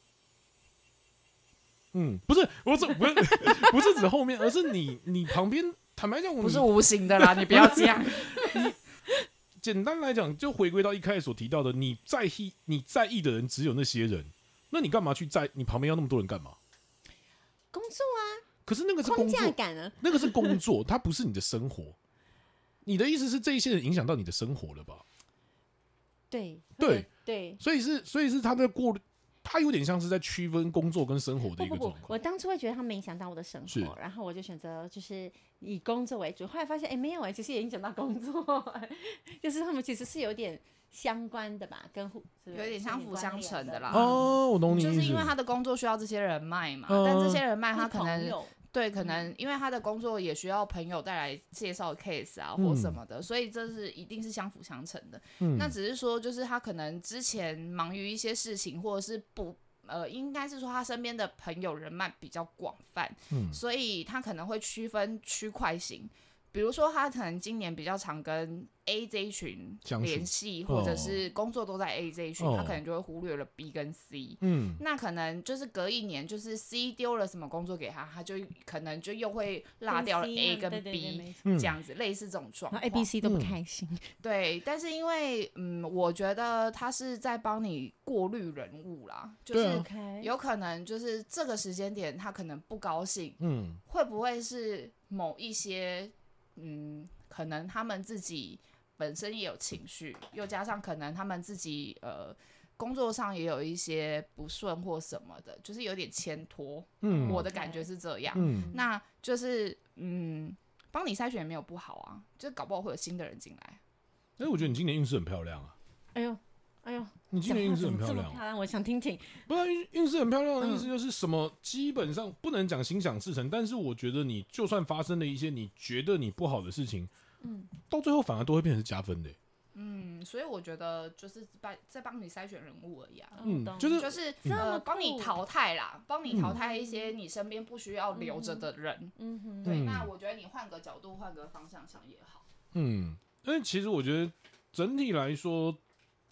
不是，不是指后面，而是你旁边，坦白讲， 不是无形的啦，你不要这样。 简单来讲，就回归到一开始所提到的，你在意的人只有那些人，那你干嘛去你旁边要那么多人干嘛？ 工作啊。 可是那个是工作，那个是工作，它不是你的生活。你的意思是这一些人影响到你的生活了吧？ 对， 所以是他的它有点像是在区分工作跟生活的一个状况。 我当初会觉得它没影响到我的生活，然后我就选择就是以工作为主。后来发现，没有其实也影响到工作，就是他们其实是有点相关的吧，有点相辅相成的啦。 我懂你意思。 就是因为他的工作需要这些人脉嘛，但这些人脉他可能。对，可能因为他的工作也需要朋友带来介绍 case 啊或什么的，所以这是一定是相辅相成的。那只是说，就是他可能之前忙于一些事情，或者是应该是说他身边的朋友人脉比较广泛，所以他可能会区分区块型。比如说，他可能今年比较常跟 A 这一群联系，或者是工作都在 A 这一群，他可能就会忽略了 B 跟 C。那可能就是隔一年，就是 C 丢了什么工作给他，他就可能就又会落掉了 A 跟 B 这样子，类似这种状况。 A、B、C 都不开心。 对，但是因为我觉得他是在帮你过滤人物啦，就是有可能就是这个时间点他可能不高兴，会不会是某一些可能他们自己本身也有情绪，又加上可能他们自己工作上也有一些不顺或什么的，就是有点牵拖。我的感觉是这样。那就是帮你筛选也没有不好啊，就搞不好会有新的人进来。 我觉得你今年运势很漂亮啊。 哎呦， 你今年运势很漂亮。 漂亮，我想听听。 不然运势很漂亮的意思就是什么？基本上不能讲心想事成，但是我觉得你就算发生了一些你觉得你不好的事情，到最后反而都会变成是加分的。 所以我觉得就是在帮你筛选人物而已啊。 就是帮你淘汰啦，帮你淘汰一些你身边不需要留着的人。对，那我觉得你换个角度，换个方向想也好。 因为其实我觉得整体来说，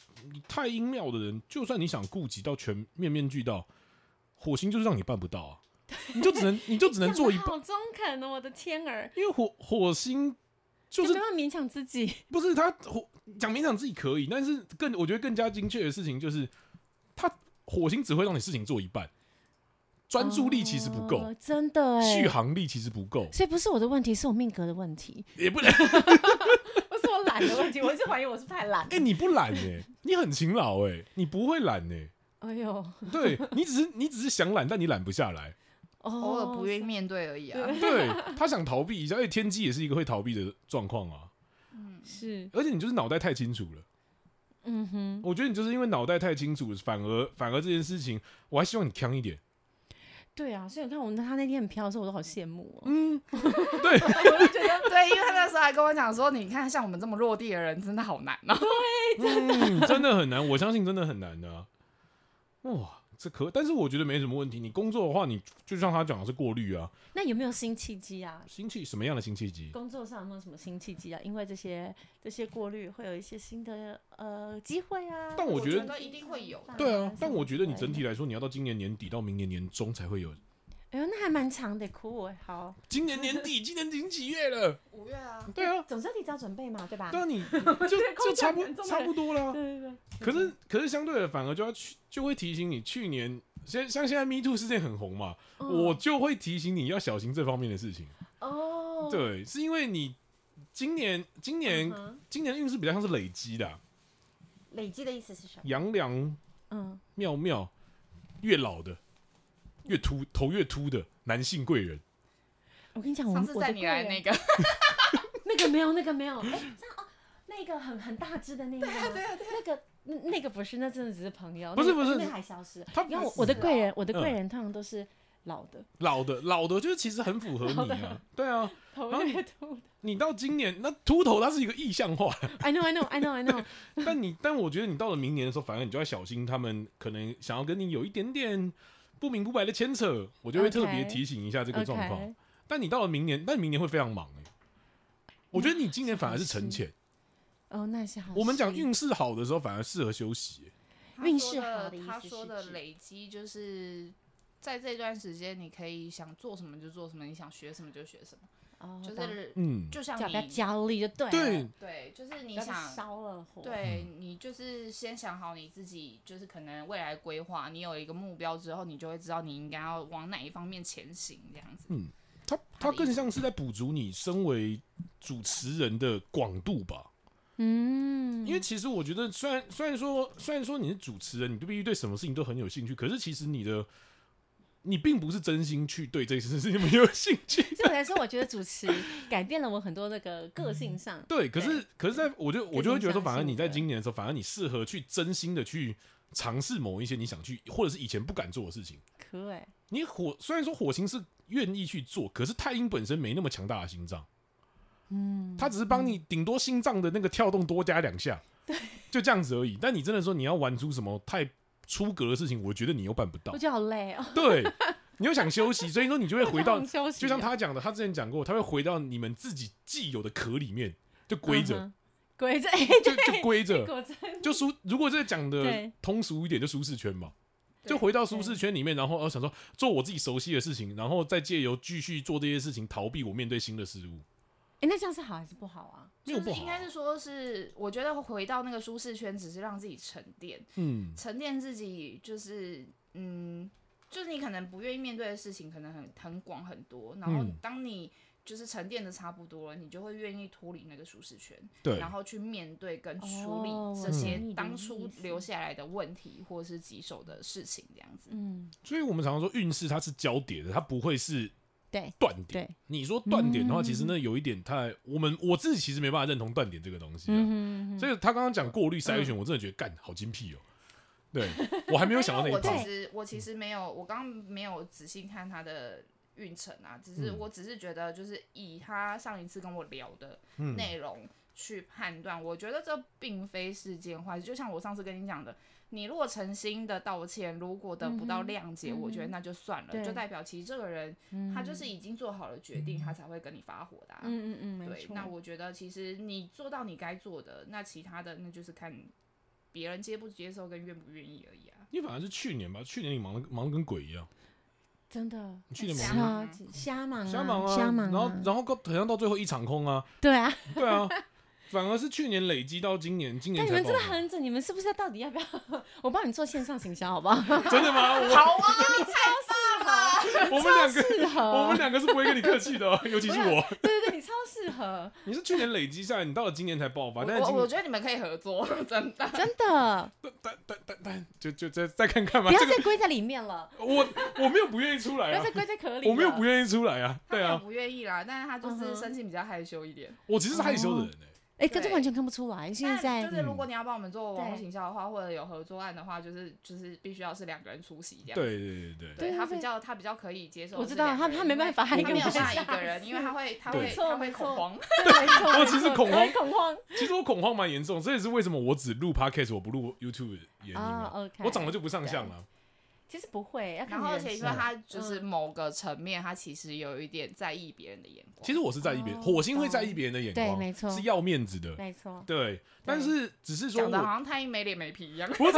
你太阴庙的人，就算你想顾及到全面俱到，火星就是让你办不到啊。你就只能做一半。 好中肯哦，我的天儿！ 因为火星就是不要勉强自己， 不是他讲勉强自己可以，但是我觉得更加精确的事情就是，他火星只会让你事情做一半，专注力其实不够， 真的哎， 续航力其实不够， 所以不是我的问题，是我命格的问题， 也不能， 不是我懒的问题，我是怀疑我是太懒。 你不懒哎，你很勤劳哎，你不会懒哎， 哎呦， 对你只是想懒，但你懒不下来。 偶尔不愿意面对而已啊。 对，他想逃避一下，而且天机也是一个会逃避的状况啊。 是， 而且你就是脑袋太清楚了。 嗯哼， 我觉得你就是因为脑袋太清楚，反而这件事情，我还希望你强一点。 对啊，所以你看他那天很飘的时候，我都好羡慕哦。 对， 我就觉得对，因为他那时候还跟我讲说，你看像我们这么落地的人，真的好难哦。 对， 真的很难，我相信真的很难的啊。哇。但是我觉得没什么问题。你工作的话，你就像他讲的是过滤啊。 那有没有新契机啊？ 什么样的新契机？ 工作上有没有什么新契机啊？因为这些过滤会有一些新的机会啊。 但我觉得一定会有。 对啊，但我觉得你整体来说，你要到今年年底到明年年中才会有。 哎呦，那还蛮长的，酷哎，好。 今年年底，今年已经几月了 ？5月啊。 对啊， 总是要提早准备嘛，对吧？ 对啊，你就差不多了。 对。 可是相对的，反而就会提醒你，去年像现在 Me Too 事件很红嘛，我就会提醒你要小心这方面的事情。 哦， 对，是因为你今年运势比较像是累积的。 累积的意思是什么？ 阳梁庙庙越老的。头越秃的男性贵人， 我跟你讲， 上次带你来那个， 那个没有，那个很大只的那个，对，那个不是，那真的只是朋友， 不是， 那个还消失。因为我的贵人通常都是老的，就是其实很符合你啊，对啊，头越秃的。 你到今年那秃头，它是一个意象化。 I know。 但我觉得你到了明年的时候，反而你就要小心，他们可能想要跟你有一点点。不明不白的牵扯，我就会特别提醒一下这个状况。但你到了明年，明年会非常忙我觉得你今年反而是沉潜。 哦，那是好。 我们讲运势好的时候，反而适合休息。 运势好的意思是他说的累积，就是在这段时间，你可以想做什么就做什么，你想学什么就学什么。就是就像你不要焦虑就对了。 对，就是你想烧了火。 对，你就是先想好你自己，就是可能未来规划，你有一个目标之后，你就会知道你应该要往哪一方面前行，这样子。 它更像是在补足你身为主持人的广度吧。因为其实我觉得，虽然说你是主持人，你必须对什么事情都很有兴趣，可是其实你并不是真心去对这件事情没有兴趣。 对我来说，我觉得主持改变了我很多那个个性上。 对，可是我就会觉得说，反而你在今年的时候，反而你适合去真心的去尝试某一些你想去，或者是以前不敢做的事情。 可哎， 虽然说火星是愿意去做，可是太阴本身没那么强大的心脏。他只是帮你顶多心脏的那个跳动多加2下，对，就这样子而已。但你真的说你要玩出什么太出格的事情，我觉得你又办不到。 我觉得好累哦。 对，你又想休息，所以说你就会回到，就像他讲的，他之前讲过，他会回到你们自己既有的壳里面，就归着，就归着，就如果这讲的通俗一点，就舒适圈嘛，就回到舒适圈里面，然后想说做我自己熟悉的事情，然后再借由继续做这些事情，逃避我面对新的事物。 那这样是好还是不好啊？ 就是应该是说是，我觉得回到那个舒适圈，只是让自己沉淀，沉淀自己，就是就是你可能不愿意面对的事情，可能很广很多，然后当你就是沉淀的差不多了，你就会愿意脱离那个舒适圈， 对， 然后去面对跟处理这些当初留下来的问题或者是棘手的事情，这样子。 所以我们常常说运势它是交叠的，它不会是。 断点，你说断点的话，其实那有一点我自己其实没办法认同断点这个东西所以他刚刚讲过滤筛选，我真的觉得干好精辟哦。对，我还没有想到那一趴。 我其实没有，我刚刚没有仔细看他的运程啊，我只是觉得就是以他上一次跟我聊的内容去判断，我觉得这并非是件坏事。就像我上次跟你讲的。你如果诚心的道歉，如果得不到谅解，我觉得那就算了，就代表其实这个人他就是已经做好了决定，他才会跟你发火的。对，那我觉得其实你做到你该做的，那其他的那就是看别人接不接受跟愿不愿意而已啊。 你反而是去年吧，去年你忙得跟鬼一样。 真的， 去年忙瞎忙啊，然后好像到最后一场空啊。 对啊， 反而是去年累积到今年但你们真的很准，你们是不是到底要不要？我帮你做线上行销好不好？ 真的吗？ 好啊，你太适合， 我们两个是不会跟你客气的，尤其是我。 对，你超适合。 你是去年累积下来，你到了今年才爆发，但是我觉得你们可以合作，真的。 但就再看看吧， 不要再归在里面了。 我没有不愿意出来啊， 不要再归在壳里。 我没有不愿意出来啊，对啊， 不愿意啦，但是他就是生性比较害羞一点。 我其实是害羞的人可是完全看不出来。现在就是如果你要帮我们做网络行销的话，或者有合作案的话，就是必须要是2个人出席这样。 对， 他比较可以接受。 我知道他没办法， 他没有办法一个人，因为他会恐慌。 对，我其实恐慌， 其实我恐慌蛮严重，这也是为什么我只录 podcast 我不录 YouTube 的原因我长得就不上相了。 其实不会， 然后而且因为他就是某个层面，他其实有一点在意别人的眼光。 其实我是在意别人，火星会在意别人的眼光， 对，没错， 是要面子的， 没错， 对。但是只是说讲的好像太阴没脸没皮一样。 不是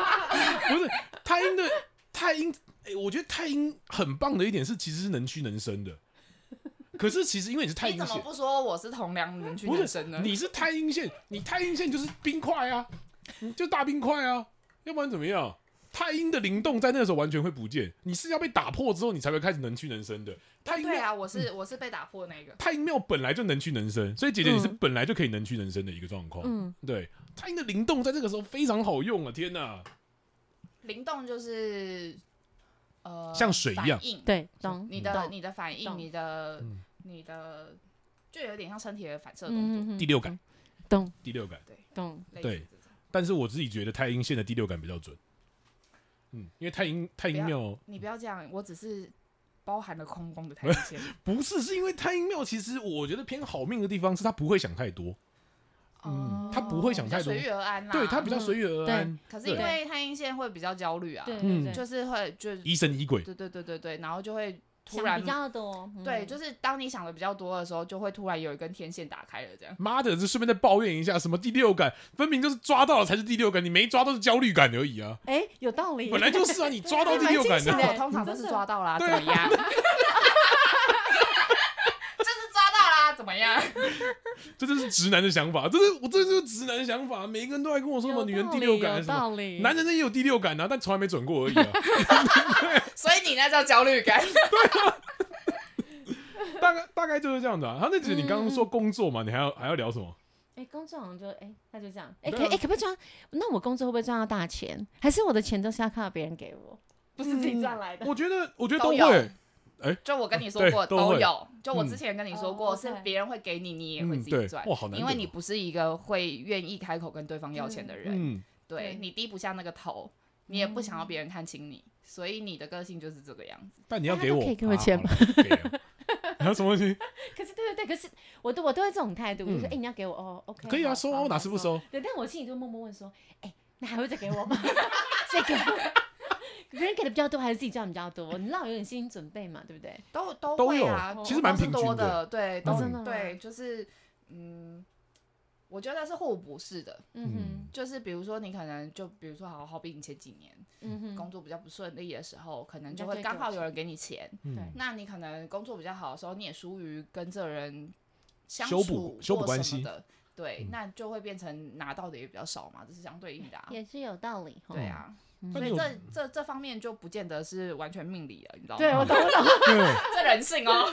太阴，我觉得太阴很棒的一点是，其实是能屈能伸的。可是其实因为你是太阴线， 你怎么不说我是同梁能屈能伸呢？ 你是太阴线，你太阴线就是冰块啊，就大冰块啊，要不然怎么样？太阴的灵动在那个时候完全会不见，你是要被打破之后，你才会开始能屈能伸的。 对啊，我是被打破那个。 太阴庙本来就能屈能伸，所以姐姐你是本来就可以能屈能伸的一个状况。对，太阴的灵动在这个时候非常好用啊！天哪， 灵动就是像水一样， 对，懂你的反应，你的就有点像身体的反射动作， 第六感， 懂第六感， 对。 但是我自己觉得太阴线的第六感比较准。因为太阴庙， 你不要这样，我只是包含了空宫的太阴线。 不是因为太阴庙，其实我觉得偏好命的地方是他不会想太多。他不会想太多， 随遇而安啦。 对，他比较随遇而安。 可是因为太阴线会比较焦虑啊，就是会疑神疑鬼。 对，然后就会突然想比较多。 对，就是当你想的比较多的时候，就会突然有一根天线打开了，这样。 妈的，就顺便再抱怨一下，什么第六感，分明就是抓到了才是第六感，你没抓都是焦虑感而已啊。 有道理。 本来就是啊，你抓到第六感的， 我通常都是抓到啦，怎么样？怎么样？ 这就是直男的想法，这就是直男的想法。每一个人都来跟我说什么女人第六感什么，男人也有第六感啊，但从来没准过而已啊。 所以你那叫焦虑感。 对啊，大概就是这样子啊。他那集你刚刚说工作嘛，你还要聊什么？ 工作好像就那就这样。可不可以赚？那我工作会不会赚到大钱？还是我的钱都是要靠别人给我，不是自己赚来的？ 我觉得都会。 就我跟你说过都有，就我之前跟你说过，是别人会给你，你也会自己赚，因为你不是一个会愿意开口跟对方要钱的人，对，你低不下那个头，你也不想要别人看轻你，所以你的个性就是这个样子。 但你要给我， 可以给我钱吗？ 还有什么东西？ 可是对，可是我都会这种态度，就说你要给我，OK， 可以啊，收啊，我哪次不收？ 对，但我心里就默默问说，那还会再给我吗？再给我。别人给的比较多，还是自己赚的比较多？你知道有点心理准备嘛，对不对？ 都会啊， 其实蛮平均的，对，对，就是我觉得是互补式的，就是比如说你可能比如说好比你前几年，工作比较不顺利的时候，可能就会刚好有人给你钱，那你可能工作比较好的时候，你也疏于跟这人相处修补关系的，对，那就会变成拿到的也比较少嘛，这是相对应的啊， 也是有道理， 对啊。所以这方面就不见得是完全命理了，你知道吗？ 对，我懂。 这人性哦。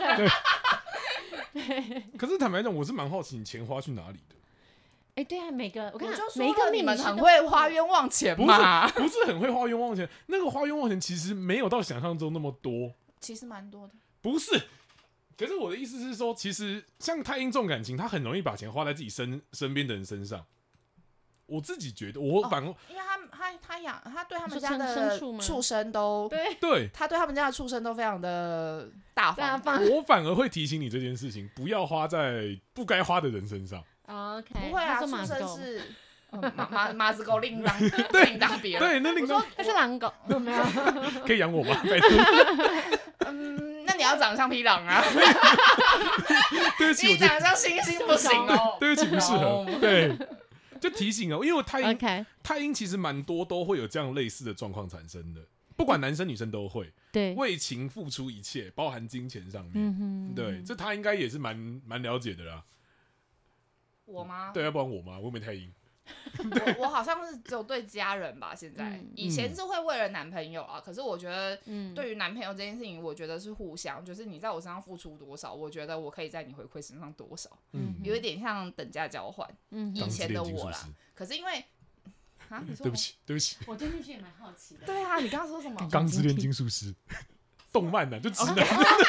可是坦白讲，我是蛮好奇你钱花去哪里的。 对啊，每个你们很会花冤枉钱嘛？ 不是很会花冤枉钱，那个花冤枉钱其实没有到想象中那么多。 其实蛮多的。 不是，可是我的意思是说，其实像太阴重感情，他很容易把钱花在自己身边的人身上。我自己觉得，因为他对他们家的畜生都对， 他对他们家的畜生都非常的大方。 我反而会提醒你这件事情，不要花在不该花的人身上。 OK， 不会啊，畜生是马子狗另当别人。 对，那另当那是狼狗，没有可以养我吗？ 那你要长得像匹狼啊。 对不起， 你长得像猩猩不行哦。 对不起，不适合。对。 就提醒哦，因为太阴其实蛮多都会有这样类似的状况产生的，不管男生女生都会。 对， 为情付出一切，包含金钱上面。对，这他应该也是蛮了解的啦。 我吗？ 对，要不然我吗？我没太阴。 我好像是只有对家人吧，现在以前是会为了男朋友啊，可是我觉得对于男朋友这件事情，我觉得是互相，就是你在我身上付出多少，我觉得我可以在你回馈身上多少，有一点像等价交换。以前的我啦，可是因为你说对不起， 我对那句也蛮好奇的。 对啊，你刚刚说什么？ 钢之炼金术师，动漫呢，就直男。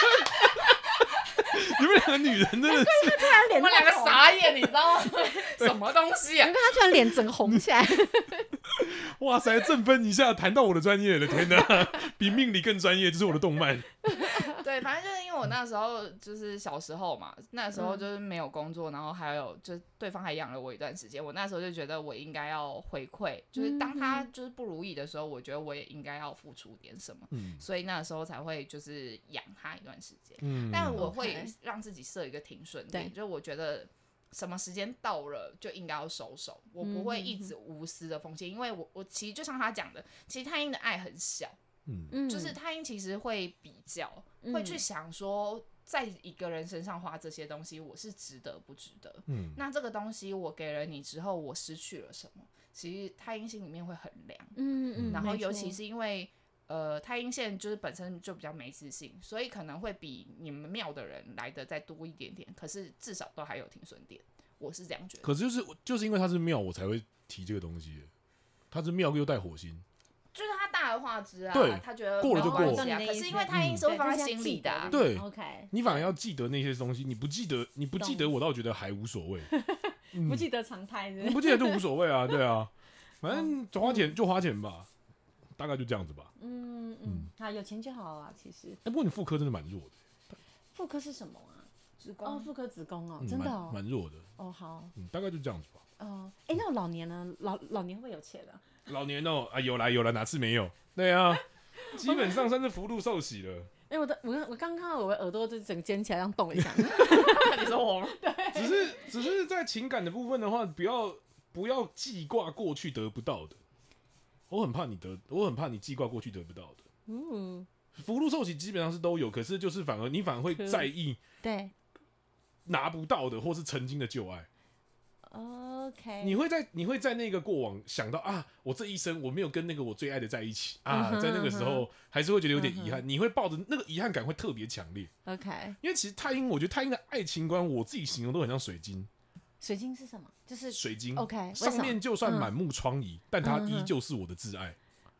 你们两个女人真的是， 我们两个傻眼，你知道吗？什么东西啊？ 你看他突然脸整红起来。 哇塞，振奋一下，谈到我的专业了，天哪，比命理更专业，就是我的动漫。 对，反正就是因为我那时候就是小时候嘛，那时候就是没有工作，然后还有就对方还养了我一段时间，我那时候就觉得我应该要回馈，就是当他就是不如意的时候，我觉得我也应该要付出点什么，所以那时候才会就是养他一段时间。但我会让自己设一个停损点，就我觉得什么时间到了就应该要收手，我不会一直无私的奉献，因为我其实就像他讲的，其实太阴的爱很小。就是太阴其实会比较，会去想说，在一个人身上花这些东西，我是值得不值得？那这个东西我给了你之后，我失去了什么？其实太阴心里面会很凉。然后尤其是因为太阴线就是本身就比较没自信，所以可能会比你们庙的人来的再多一点点，可是至少都还有停损点，我是这样觉得。 可是就是因为他是庙，我才会提这个东西。他是庙又带火星。 就是他大而化之啊， 对， 他觉得过了就过了。 可是因为太阴是会放在心里的、啊， 对，你反而要记得那些东西，你不记得，我倒觉得还无所谓。 不记得常态， 你不记得就无所谓啊，对啊，反正花钱就花钱吧，大概就这样子吧。 好，有钱就好啊，其实。 不过你妇科真的蛮弱的。 妇科是什么啊？ 子宫。 妇科子宫哦，真的哦， 蛮弱的。 好。 大概就这样子吧。 那我老年呢？老年会不会有钱啊？ 老年哦，有啦，哪次没有？对啊，基本上算是福禄寿喜了。 我刚看到我的耳朵就整个尖起来，这样动了一下。 你说我吗？ 对。 只是在情感的部分的话，不要记挂过去得不到的。我很怕你记挂过去得不到的。福禄寿喜基本上是都有，可是就是反而会在意对拿不到的或是曾经的旧爱。 OK， 你会在那个过往想到啊，我这一生我没有跟那个我最爱的在一起啊，在那个时候还是会觉得有点遗憾，你会抱着那个遗憾感会特别强烈。 OK， 因为其实我觉得太阴的爱情观，我自己形容都很像水晶。 水晶是什么？就是水晶。 OK， 上面就算满目疮痍，但它依旧是我的挚爱。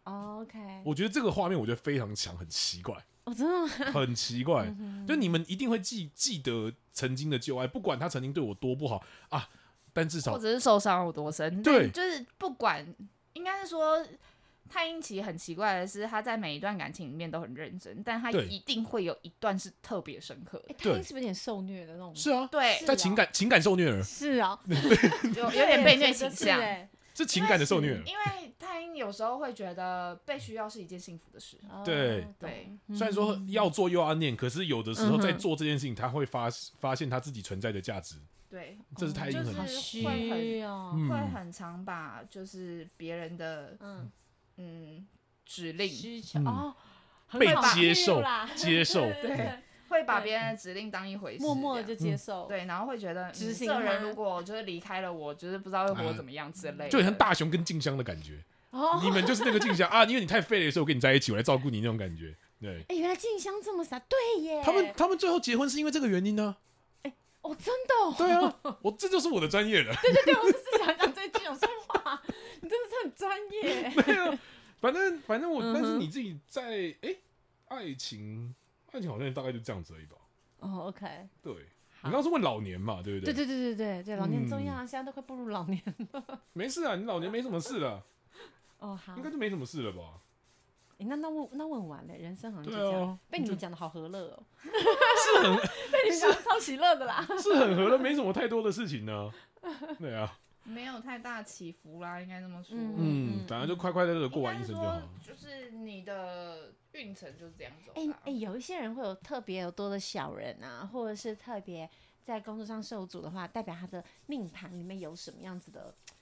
OK， 我觉得这个画面我觉得非常强，很奇怪。 真的吗？ 很奇怪，就你们一定会记得曾经的旧爱，不管他曾经对我多不好啊。但至少或者是受伤有多深， 对， 就是不管，应该是说太阴其实很奇怪的是，他在每一段感情里面都很认真，但他一定会有一段是特别深刻的。 太阴是不是有点受虐的那种？ 是啊， 对， 在情感受虐儿。 是啊， 有点被虐倾向， 是情感的受虐儿。 因为太阴有时候会觉得被需要是一件幸福的事。 对，虽然说要做又要念，可是有的时候在做这件事情，他会发现他自己存在的价值。 对， 这是太阴很需要，会很常把就是别人的指令需求被接受， 对，会把别人的指令当一回事， 默默的就接受， 对，然后会觉得这个人如果就是离开了我，就是不知道会活怎么样之类的， 就很像大雄跟静香的感觉。你们就是那个静香啊，因为你太废了，所以我跟你在一起，我来照顾你那种感觉。对， 原来静香这么傻，对耶， 他们最后结婚是因为这个原因呢。 真的对啊，这就是我的专业了。 对，我就是想讲这句，想说话，你真的是很专业。 对啊，反正我，但是你自己在爱情好像大概就这样子而已吧。 OK。 对，你刚刚是问老年嘛，对不对？ 对，老年很重要啊，现在都快步入老年了。 没事啊，你老年没什么事了。 好， 应该就没什么事了吧？ 那问完了，人生好像就这样。被你们讲的好和乐哦， 是很被你们讲的超喜乐的啦， 是很和乐，没什么太多的事情呢。对啊， 没有太大起伏啦，应该这么说。 反正就快快乐乐过完一生就好。 就是你的运程就是这样走。 有一些人会有特别有多的小人啊，或者是特别在工作上受阻的话，代表他的命盘里面有什么样子的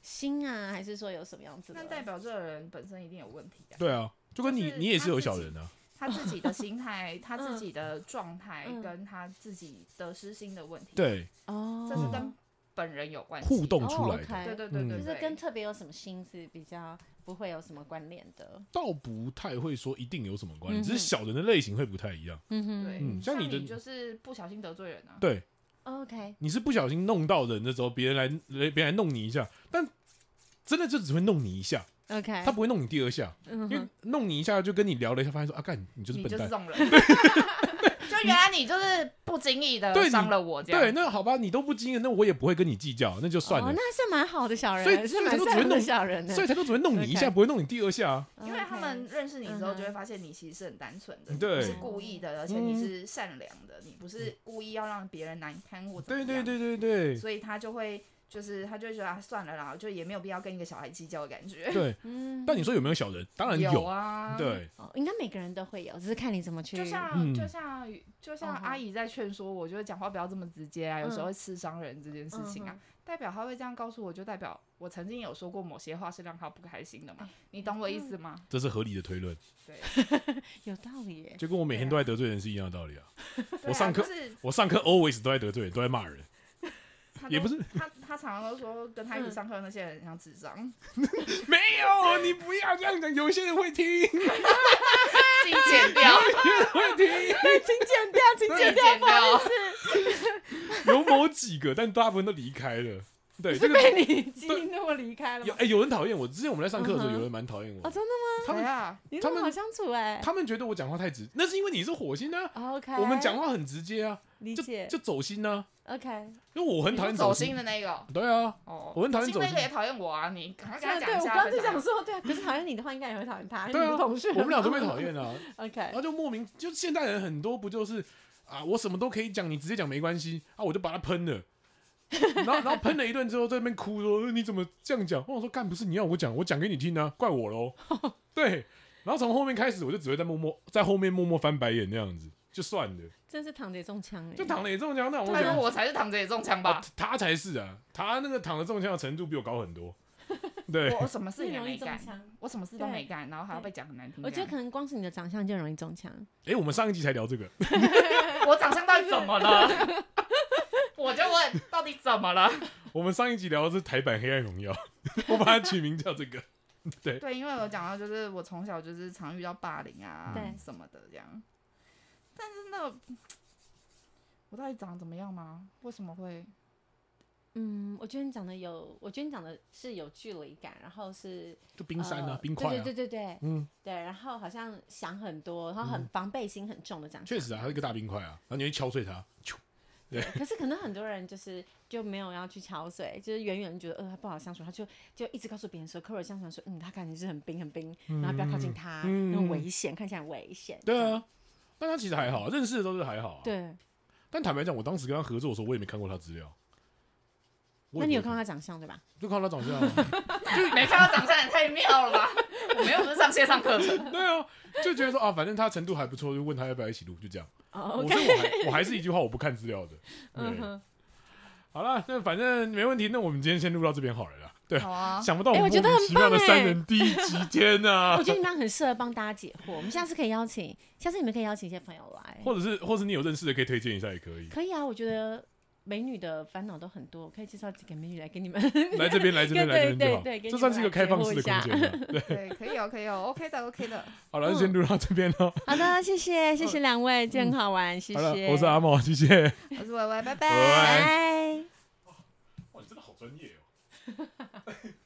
心啊，还是说有什么样子的？ 那代表这个人本身一定有问题对啊，就跟你也是有小人啊。 他自己的心态、他自己的状态跟他自己得失心的问题。 对， 这是跟本人有关系， 互动出来的。 对， 就是跟特别有什么心思比较不会有什么关联的。 倒不太会说一定有什么关联，只是小人的类型会不太一样。 对，像你就是不小心得罪人啊。 对 ，OK， 你是不小心弄到人的时候，别人来弄你一下，但真的就只会弄你一下。 OK， 他不会弄你第二下，因为弄你一下就跟你聊了一下，发现说啊，干你就是笨蛋， 你就是这种人，就原来你就是不经意的伤了我这样。 对，那好吧，你都不经意，那我也不会跟你计较，那就算了。 那是蛮好的小人， 所以才都只会弄小人， 所以才都只会弄你一下，不会弄你第二下。 因为他们认识你之后，就会发现你其实是很单纯的，你不是故意的，而且你是善良的，你不是故意要让别人难堪或怎么样。 对， 所以他就会。就是他就会觉得算了啦，就也没有必要跟一个小孩计较的感觉。 对，但你说有没有小人？当然有啊。 对， 应该每个人都会有，只是看你怎么去。 就像阿姨在劝说我，就是讲话不要这么直接啊，有时候会刺伤人这件事情啊，代表他会这样告诉我，就代表我曾经有说过某些话是让他不开心的嘛？你懂我意思吗？ 这是合理的推论。 对， 有道理耶。 就跟我每天都在得罪人是一样的道理啊。我上课 always 都在得罪人，都在骂人。也不是他常常都说跟他一起上课那些人像智障。 没有，你不要这样讲，有些人会听。 请剪掉。 会听。 对，请剪掉，不好意思。 有某几个，但大部分都离开了。对， 是被你激怒离开了吗？ 有人讨厌我。之前我们在上课的时候，有人蛮讨厌我。 哦，真的吗？ 你怎么好相处哎？ 他们觉得我讲话太直，那是因为你是火星啊。 OK， 我们讲话很直接啊， 理解就走心啊。 OK， 因为我很讨厌走心的那个。 对啊，我很讨厌走心。 那个也讨厌我啊，你赶快跟他讲一下。 我刚刚就想说，对啊，可是讨厌你的话，应该也会讨厌他。 对啊， 同学， 我们俩都被讨厌啊。 OK， 然后就莫名，就现代人很多不就是啊，我什么都可以讲，你直接讲没关系啊，我就把他喷了。然后喷了一顿之后，在那边哭说：“你怎么这样讲？”我说：“干不是你要我讲，我讲给你听啊，怪我喽。”对，然后从后面开始，我就只会在后面默默翻白眼那样子，就算了。 真是躺着也中枪哎！ 就躺着也中枪，那我讲我才是躺着也中枪吧？ 他才是啊，他那个躺着中枪的程度比我高很多。对， 我什么事也没干，我什么事都没干，然后还要被讲很难听。 我觉得可能光是你的长相就容易中枪。 我们上一集才聊这个。 我长相到底怎么了？我就问，到底怎么了？ 我们上一集聊的是台版《黑暗荣耀》，我把它取名叫这个。对， 因为我讲到就是我从小就是常遇到霸凌啊，什么的这样。但是那我到底长得怎么样吗？为什么会？ 我觉得你长得是有距离感，然后是就冰山啊，冰块啊， 对，对，然后好像想很多，然后很防备心很重的长相。 确实啊，他是一个大冰块啊，然后你会敲碎它。对， 可是可能很多人就没有要去敲碎，就是远远觉得他不好相处，他就一直告诉别人说，客人相处说，他感觉是很冰，然后不要靠近他，很危险，看起来很危险。 对啊，但他其实还好，认识的都是还好啊。 对， 但坦白讲，我当时跟他合作的时候，我也没看过他资料。 那你有看到他长相对吧？ 就看到他长相， 没看到长相也太妙了吧！我们又不是上线上课程。 对啊，就觉得说啊，反正他程度还不错，就问他要不要一起录，就这样。 所以我还是一句话，我不看资料的。好了，那反正没问题，那我们今天先录到这边好了啦。对，想不到我们莫名其妙的3人第一集，天啊！ 我觉得你们很适合帮大家解惑，我们下次你们可以邀请一些朋友来， 或是你有认识的可以推荐一下也可以。 可以啊，我觉得。美女的烦恼都很多，我可以介绍几个美女来给你们。 来这边就好。这算是一个开放式的空间了。 对，可以哦 ，OK 的。 好了，就先录到这边了。 好的，谢谢两位，今天很好玩，谢谢。 我是阿毛，谢谢。 我是歪歪，拜拜。 哇，你真的好专业哦。